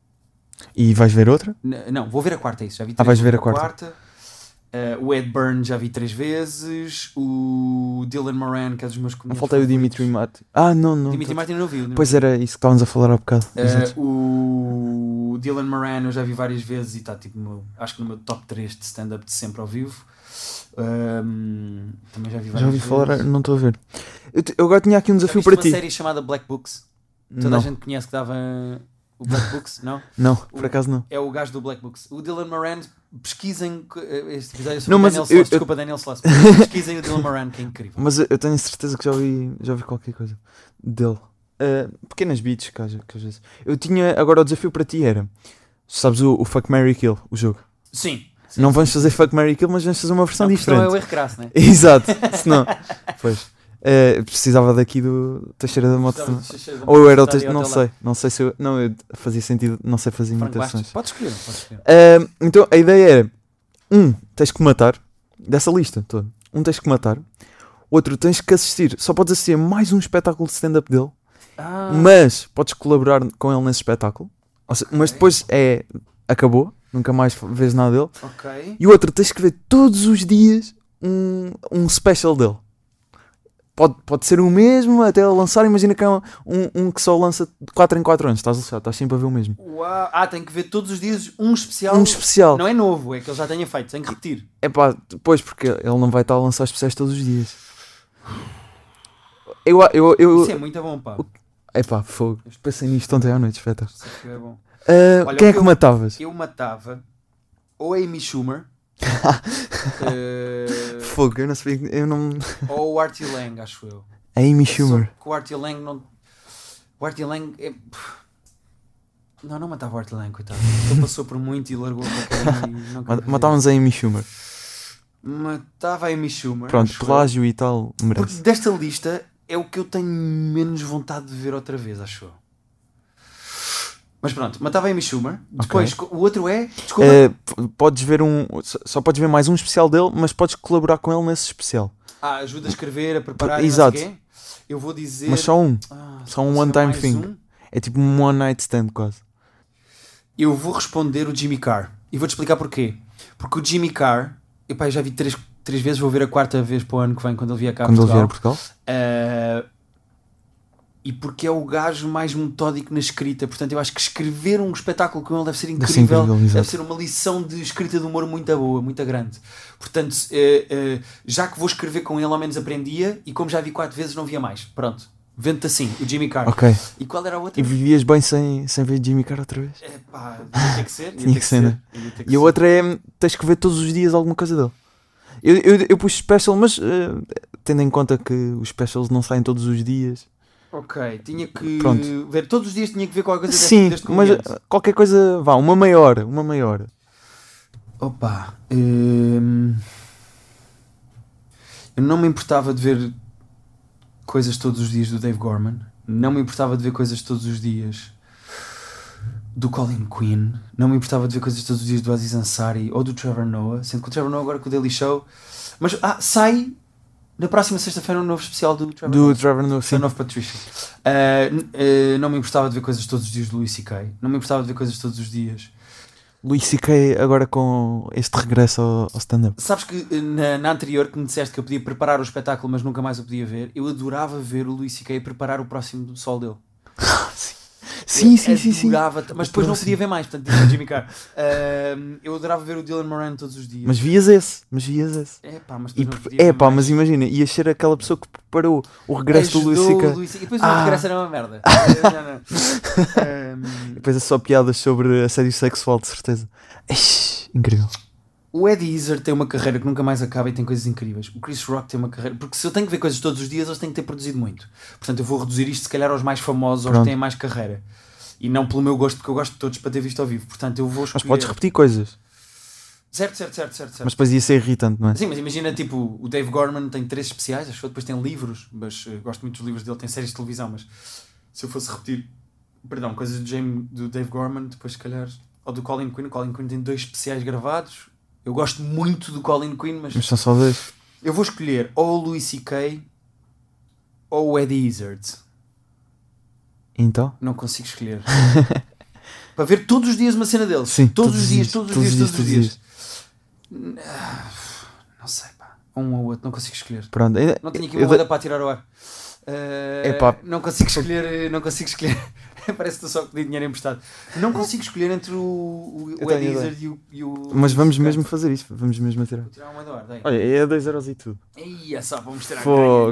E vais ver outra? N- não, vou ver a quarta, é isso. Já vi três, ah, vais ver a quarta. quarta. Uh, o Ed Byrne já vi três vezes. O Dylan Moran, que é dos meus comediantes. Não faltei o Dimitri Martin. Ah, não, não. Dimitri Martin não vi. Não pois vi. Era isso que estávamos a falar há bocado. Uh, o Dylan Moran eu já vi várias vezes e está tipo, no, acho que no meu top três de stand-up de sempre ao vivo. Um, também já vi várias já ouvi vezes. falar, não estou a ver. Eu, te, eu agora tinha aqui um desafio para uma ti. Uma série chamada Black Books. Toda não. a gente conhece que dava o Black Books, não? Não, por o, acaso não. É o gajo do Black Books. O Dylan Moran, pesquisem este episódio sobre não, Daniel Sloss. Eu, Desculpa, eu... Daniel Sloss. Pesquisem o Dylan Moran, que é incrível. Mas eu tenho certeza que já ouvi, já ouvi qualquer coisa dele. Uh, pequenas beats, que, que às vezes. Eu tinha, agora o desafio para ti era, sabes o, o Fuck, Marry, Kill, o jogo? Sim. sim não sim, vamos sim. fazer Fuck, Marry, Kill, mas vamos fazer uma versão não, diferente. Não é o erro crasso, não é? Exato, senão, pois. Uh, precisava daqui do Teixeira da Mota. Ou eu era o Teixeira, não sei, não sei se eu, não, eu fazia sentido, não sei fazer imitações. Pode escolher, pode escolher. Uh, então a ideia era, um, tens que matar, dessa lista toda, um tens que matar, outro tens que assistir, só podes assistir a mais um espetáculo de stand-up dele, ah. mas podes colaborar com ele nesse espetáculo, ou seja, okay. mas depois é, acabou, nunca mais vês nada dele, okay. e o outro tens que ver todos os dias um, um special dele. Pode, pode ser o mesmo até ele lançar. Imagina que é um, um, um que só lança de quatro em quatro anos. Estás a estás sempre a ver o mesmo. Uau. Ah, tem que ver todos os dias um especial. Um especial. Não é novo, é que ele já tenha feito. Tem que repetir. É pá, depois porque ele não vai estar a lançar especiais todos os dias. Eu, eu, eu, Isso é muito bom, pá. É pá, fogo. Pensei nisto ontem à noite, espetáculo. É bom. Uh, Olha, quem é que eu, matavas? Eu matava ou a Amy Schumer, uh, Fogo, eu não sabia. Eu não. ou o Artie Lang, acho eu. A Amy Schumer. Só que o Artie Lang não. O Artie Lang é. Não, não matava o Artie Lang, coitado. Ele passou por muito e largou a e não queria fazer. Matávamos a Amy Schumer. Matava a Amy Schumer. Pronto, acho eu. plágio e tal, Porque merece. desta lista é o que eu tenho menos vontade de ver outra vez, acho eu. Mas pronto, matava a Amy Schumer. Depois, o outro é. Desculpa. Eh, p- podes ver um. só- Só podes ver mais um especial dele, mas podes colaborar com ele nesse especial. Ah, ajuda a escrever, a preparar. Exato. E não sei o quê. Eu vou dizer. Mas só um. Ah, Só um se one calhar time mais thing. um. É tipo um one night stand quase. Eu vou responder o Jimmy Carr. E vou-te explicar porquê. Porque o Jimmy Carr, epá, eu já vi três, três vezes, vou ver a quarta vez para o ano que vem, quando ele vier cá a Quando ele Portugal. vier a Portugal. Uh, e porque é o gajo mais metódico na escrita. Portanto, eu acho que escrever um espetáculo com ele deve ser Deve ser incrível. incrível, Deve exato. ser uma lição de escrita de humor muito boa, muito grande. Portanto, uh, uh, já que vou escrever com ele, ao menos aprendia. E como já vi quatro vezes, não via mais. Pronto. Vento assim, o Jimmy Carr. Ok. E qual era a outra? E vivias bem sem, sem ver Jimmy Carr outra vez? Epá, ia ter que ser. Ia Tinha ter que ser, né? Ia ter que E a ser. outra é. Tens que ver todos os dias alguma coisa dele. Eu, eu, eu pus special, mas eh, tendo em conta que os specials não saem todos os dias. Ok, tinha que Pronto. ver, todos os dias tinha que ver qualquer coisa deste, Sim, deste mas comediante. eh, qualquer coisa. Vá, uma maior. Uma maior. Opa, hum, eu não me importava de ver coisas todos os dias do Dave Gorman, não me importava de ver coisas todos os dias do Colin Quinn, não me importava de ver coisas todos os dias do Aziz Ansari ou do Trevor Noah, sendo que o Trevor Noah agora com o Daily Show, mas ah, sai na próxima sexta-feira um novo especial do Trevor Do Noah. Trevor Noah, sim. Son of Patricia. Uh, n- uh, não me importava de ver coisas todos os dias do Louis C K. Não me importava de ver coisas todos os dias. Louis C K agora com este regresso ao, ao stand-up. Sabes que uh, na, na anterior que me disseste que eu podia preparar o espetáculo, mas nunca mais o podia ver, eu adorava ver o Louis C K preparar o próximo do sol dele. Sim, Eu sim, sim, sim. adorava, mas depois não próximo. podia ver mais, portanto disse o Jimmy Carr. Uh, eu adorava ver o Dylan Moran todos os dias. Mas vias esse. Mas vias esse. É pá, mas E, depois não podia é ver pá, mais. mas imagina, ias ser aquela pessoa que preparou o regresso do Louis Ajudou C o K. Louis C K. E depois Ah. o regresso era uma merda. Eu já não. Um, Depois é só piadas sobre assédio sexual, de certeza. Ixi, incrível. O Eddie Izzard tem uma carreira que nunca mais acaba e tem coisas incríveis. O Chris Rock tem uma carreira... Porque se eu tenho que ver coisas todos os dias, eles têm que ter produzido muito. Portanto, eu vou reduzir isto, se calhar, aos mais famosos, aos Pronto. que têm mais carreira. E não pelo meu gosto, porque eu gosto de todos para ter visto ao vivo. Portanto, eu vou Mas escolher... podes repetir coisas. Certo, certo, certo, certo. certo. Mas depois ia ser irritante, não é? Sim, mas imagina, tipo, o Dave Gorman tem três especiais, acho que depois tem livros, mas uh, gosto muito dos livros dele, tem séries de televisão, mas se eu fosse repetir, perdão, coisas do, James, do Dave Gorman, depois se calhar, ou do Colin Quinn, o Colin Quinn tem dois especiais gravados, eu gosto muito do Colin Quinn, mas Mas são só dois. eu vou escolher ou o Louis C K ou o Eddie Izzard, Então? não consigo escolher. Para ver todos os dias uma cena deles, Sim, todos, os dias, todos os dias, todos os dias. dias. Ah, Não sei, pá, um ou outro, não consigo escolher. Pronto. ainda- Não tinha aqui eu uma dei- moeda para tirar ao ar. Uh, Epá. Não consigo escolher. Não consigo escolher. Parece que estou só a pedir dinheiro emprestado. Não consigo escolher entre o, o, Eu o tenho Eddie ideia. Izzard e o, e o. Mas vamos o mesmo Scott. fazer isso. Vamos mesmo tirar. Vou tirar uma moeda ao ar. Daí. Olha, é dois euros e tudo. Ia só, vamos tirar Fogo.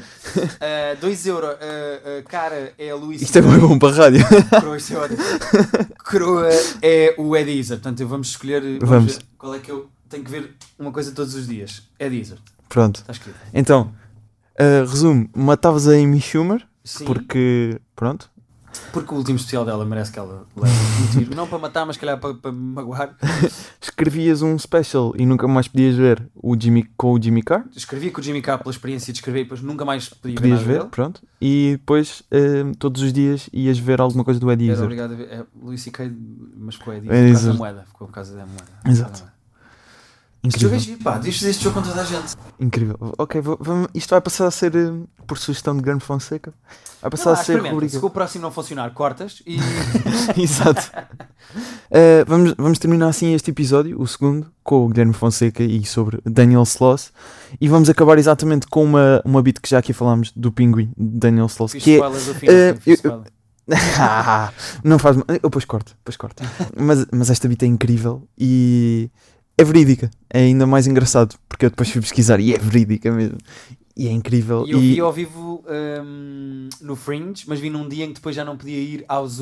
dois euros. Cara é a Luís. Isto é bem bom para a rádio. Coroa, isto é ótimo. Coroa é o Eddie Izzard. Portanto, eu vamos escolher. Vamos. Vamos. ver qual é que eu tenho que ver uma coisa todos os dias. Eddie Izzard. Pronto. Está escrito. Então, uh, resumo. Matavas a Amy Schumer. Sim. Porque, pronto. Porque o último especial dela merece que ela leve um tiro. Não para matar, mas calhar para, para me magoar. Escrevias um special e nunca mais podias ver o Jimmy, com o Jimmy Carr. Escrevi com o Jimmy Carr pela experiência de escrever e depois nunca mais podia Podias ver ver, nada dele. pronto. E depois, uh, todos os dias, ias ver alguma coisa do Eddie Era Izzard. obrigado a ver. É, Louis C K, mas ficou Eddie. Eddie Por causa da Izzard. moeda. Ficou por causa da moeda. Exato. Este jogo é Incrível. giro, pá. Diz este jogo com toda a gente. Incrível. Ok, vou- vamos, isto vai passar a ser, uh, por sugestão de Guilherme Fonseca, vai passar Não, lá, a ser experimenta. rubrica. Se o próximo não funcionar, cortas e... Exato. Uh, vamos, vamos terminar assim este episódio, o segundo, com o Guilherme Fonseca e sobre Daniel Sloss. E vamos acabar exatamente com uma, uma beat que já aqui falámos do Pinguim, de Daniel Sloss. Fiz Que é, spoilers do final. eh, fiz eu- spoiler. não faz mal. Eu depois corto, depois corto. Mas, mas esta beat é incrível e é verídica. É ainda mais engraçado, porque eu depois fui pesquisar e é verídica mesmo. E é incrível. E eu e vi ao vivo hum, no Fringe, mas vi num dia em que depois já não podia ir ao Zoo.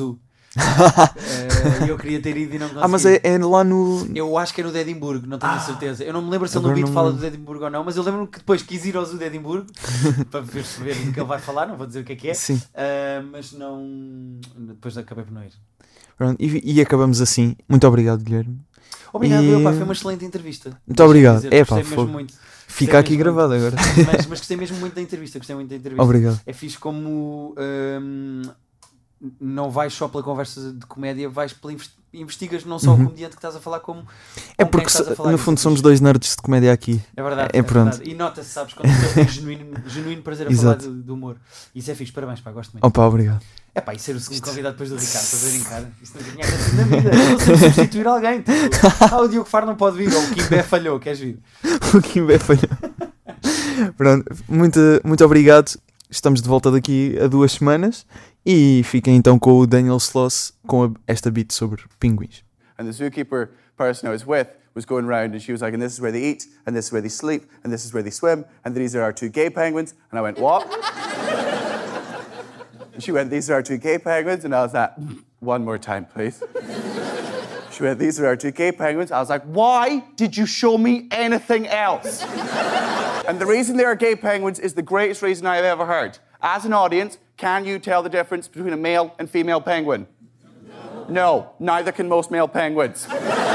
uh, eu queria ter ido e não consegui. Ah, mas é, é lá no... Eu acho que é no de Edimburgo, não tenho Ah, a certeza. Eu não me lembro se ele no agora beat não fala me do de Edimburgo ou não, mas eu lembro-me que depois quis ir ao Zoo de Edimburgo para perceber do que ele vai falar, não vou dizer o que é que é, Sim. uh, mas não. Depois acabei por não ir. Pronto, e, e acabamos assim. Muito obrigado, Guilherme. Obrigado, E- eu, pá, foi uma excelente entrevista. Muito Deixa-me obrigado. dizer, É, pá, gostei mesmo fogo. muito. Fica aqui mesmo gravado agora. Mas, mas gostei mesmo muito da entrevista, gostei muito da entrevista. Obrigado. É fixe como hum, não vais só pela conversa de comédia, vais pela investi- investigas não só Uhum. o comediante que estás a falar, como É com quem porque, estás a falar. no Isso fundo, é somos fixe. dois nerds de comédia aqui. É verdade, É é, pronto. verdade. E nota-se, sabes, quando tu tens genuíno, genuíno prazer a falar Exato. do, do humor. Isso é fixe, parabéns, pá, gosto muito. Opa, obrigado. É pá, e ser o segundo convidado depois do Ricardo, estás a brincar? Isso não tinha acontecido na vida. Eu não sei substituir alguém. Tipo, ah, o Diogo Faro não pode vir, ou o Kimbé falhou, queres vir? O Kimbé falhou. Pronto, muito, muito obrigado. Estamos de volta daqui a duas semanas. E fiquem então com o Daniel Sloss com a- esta beat sobre pinguins. And the zookeeper person I was with was going around and she was like, and this is where they eat, and this is where they sleep, and this is where they swim, and these are our two gay penguins. And I went, what? And she went, these are our two gay penguins. And I was like, one more time, please. She went, these are our two gay penguins. I was like, why did you show me anything else? And the reason they are gay penguins is the greatest reason I've ever heard. As an audience, can you tell the difference between a male and female penguin? No, neither can most male penguins.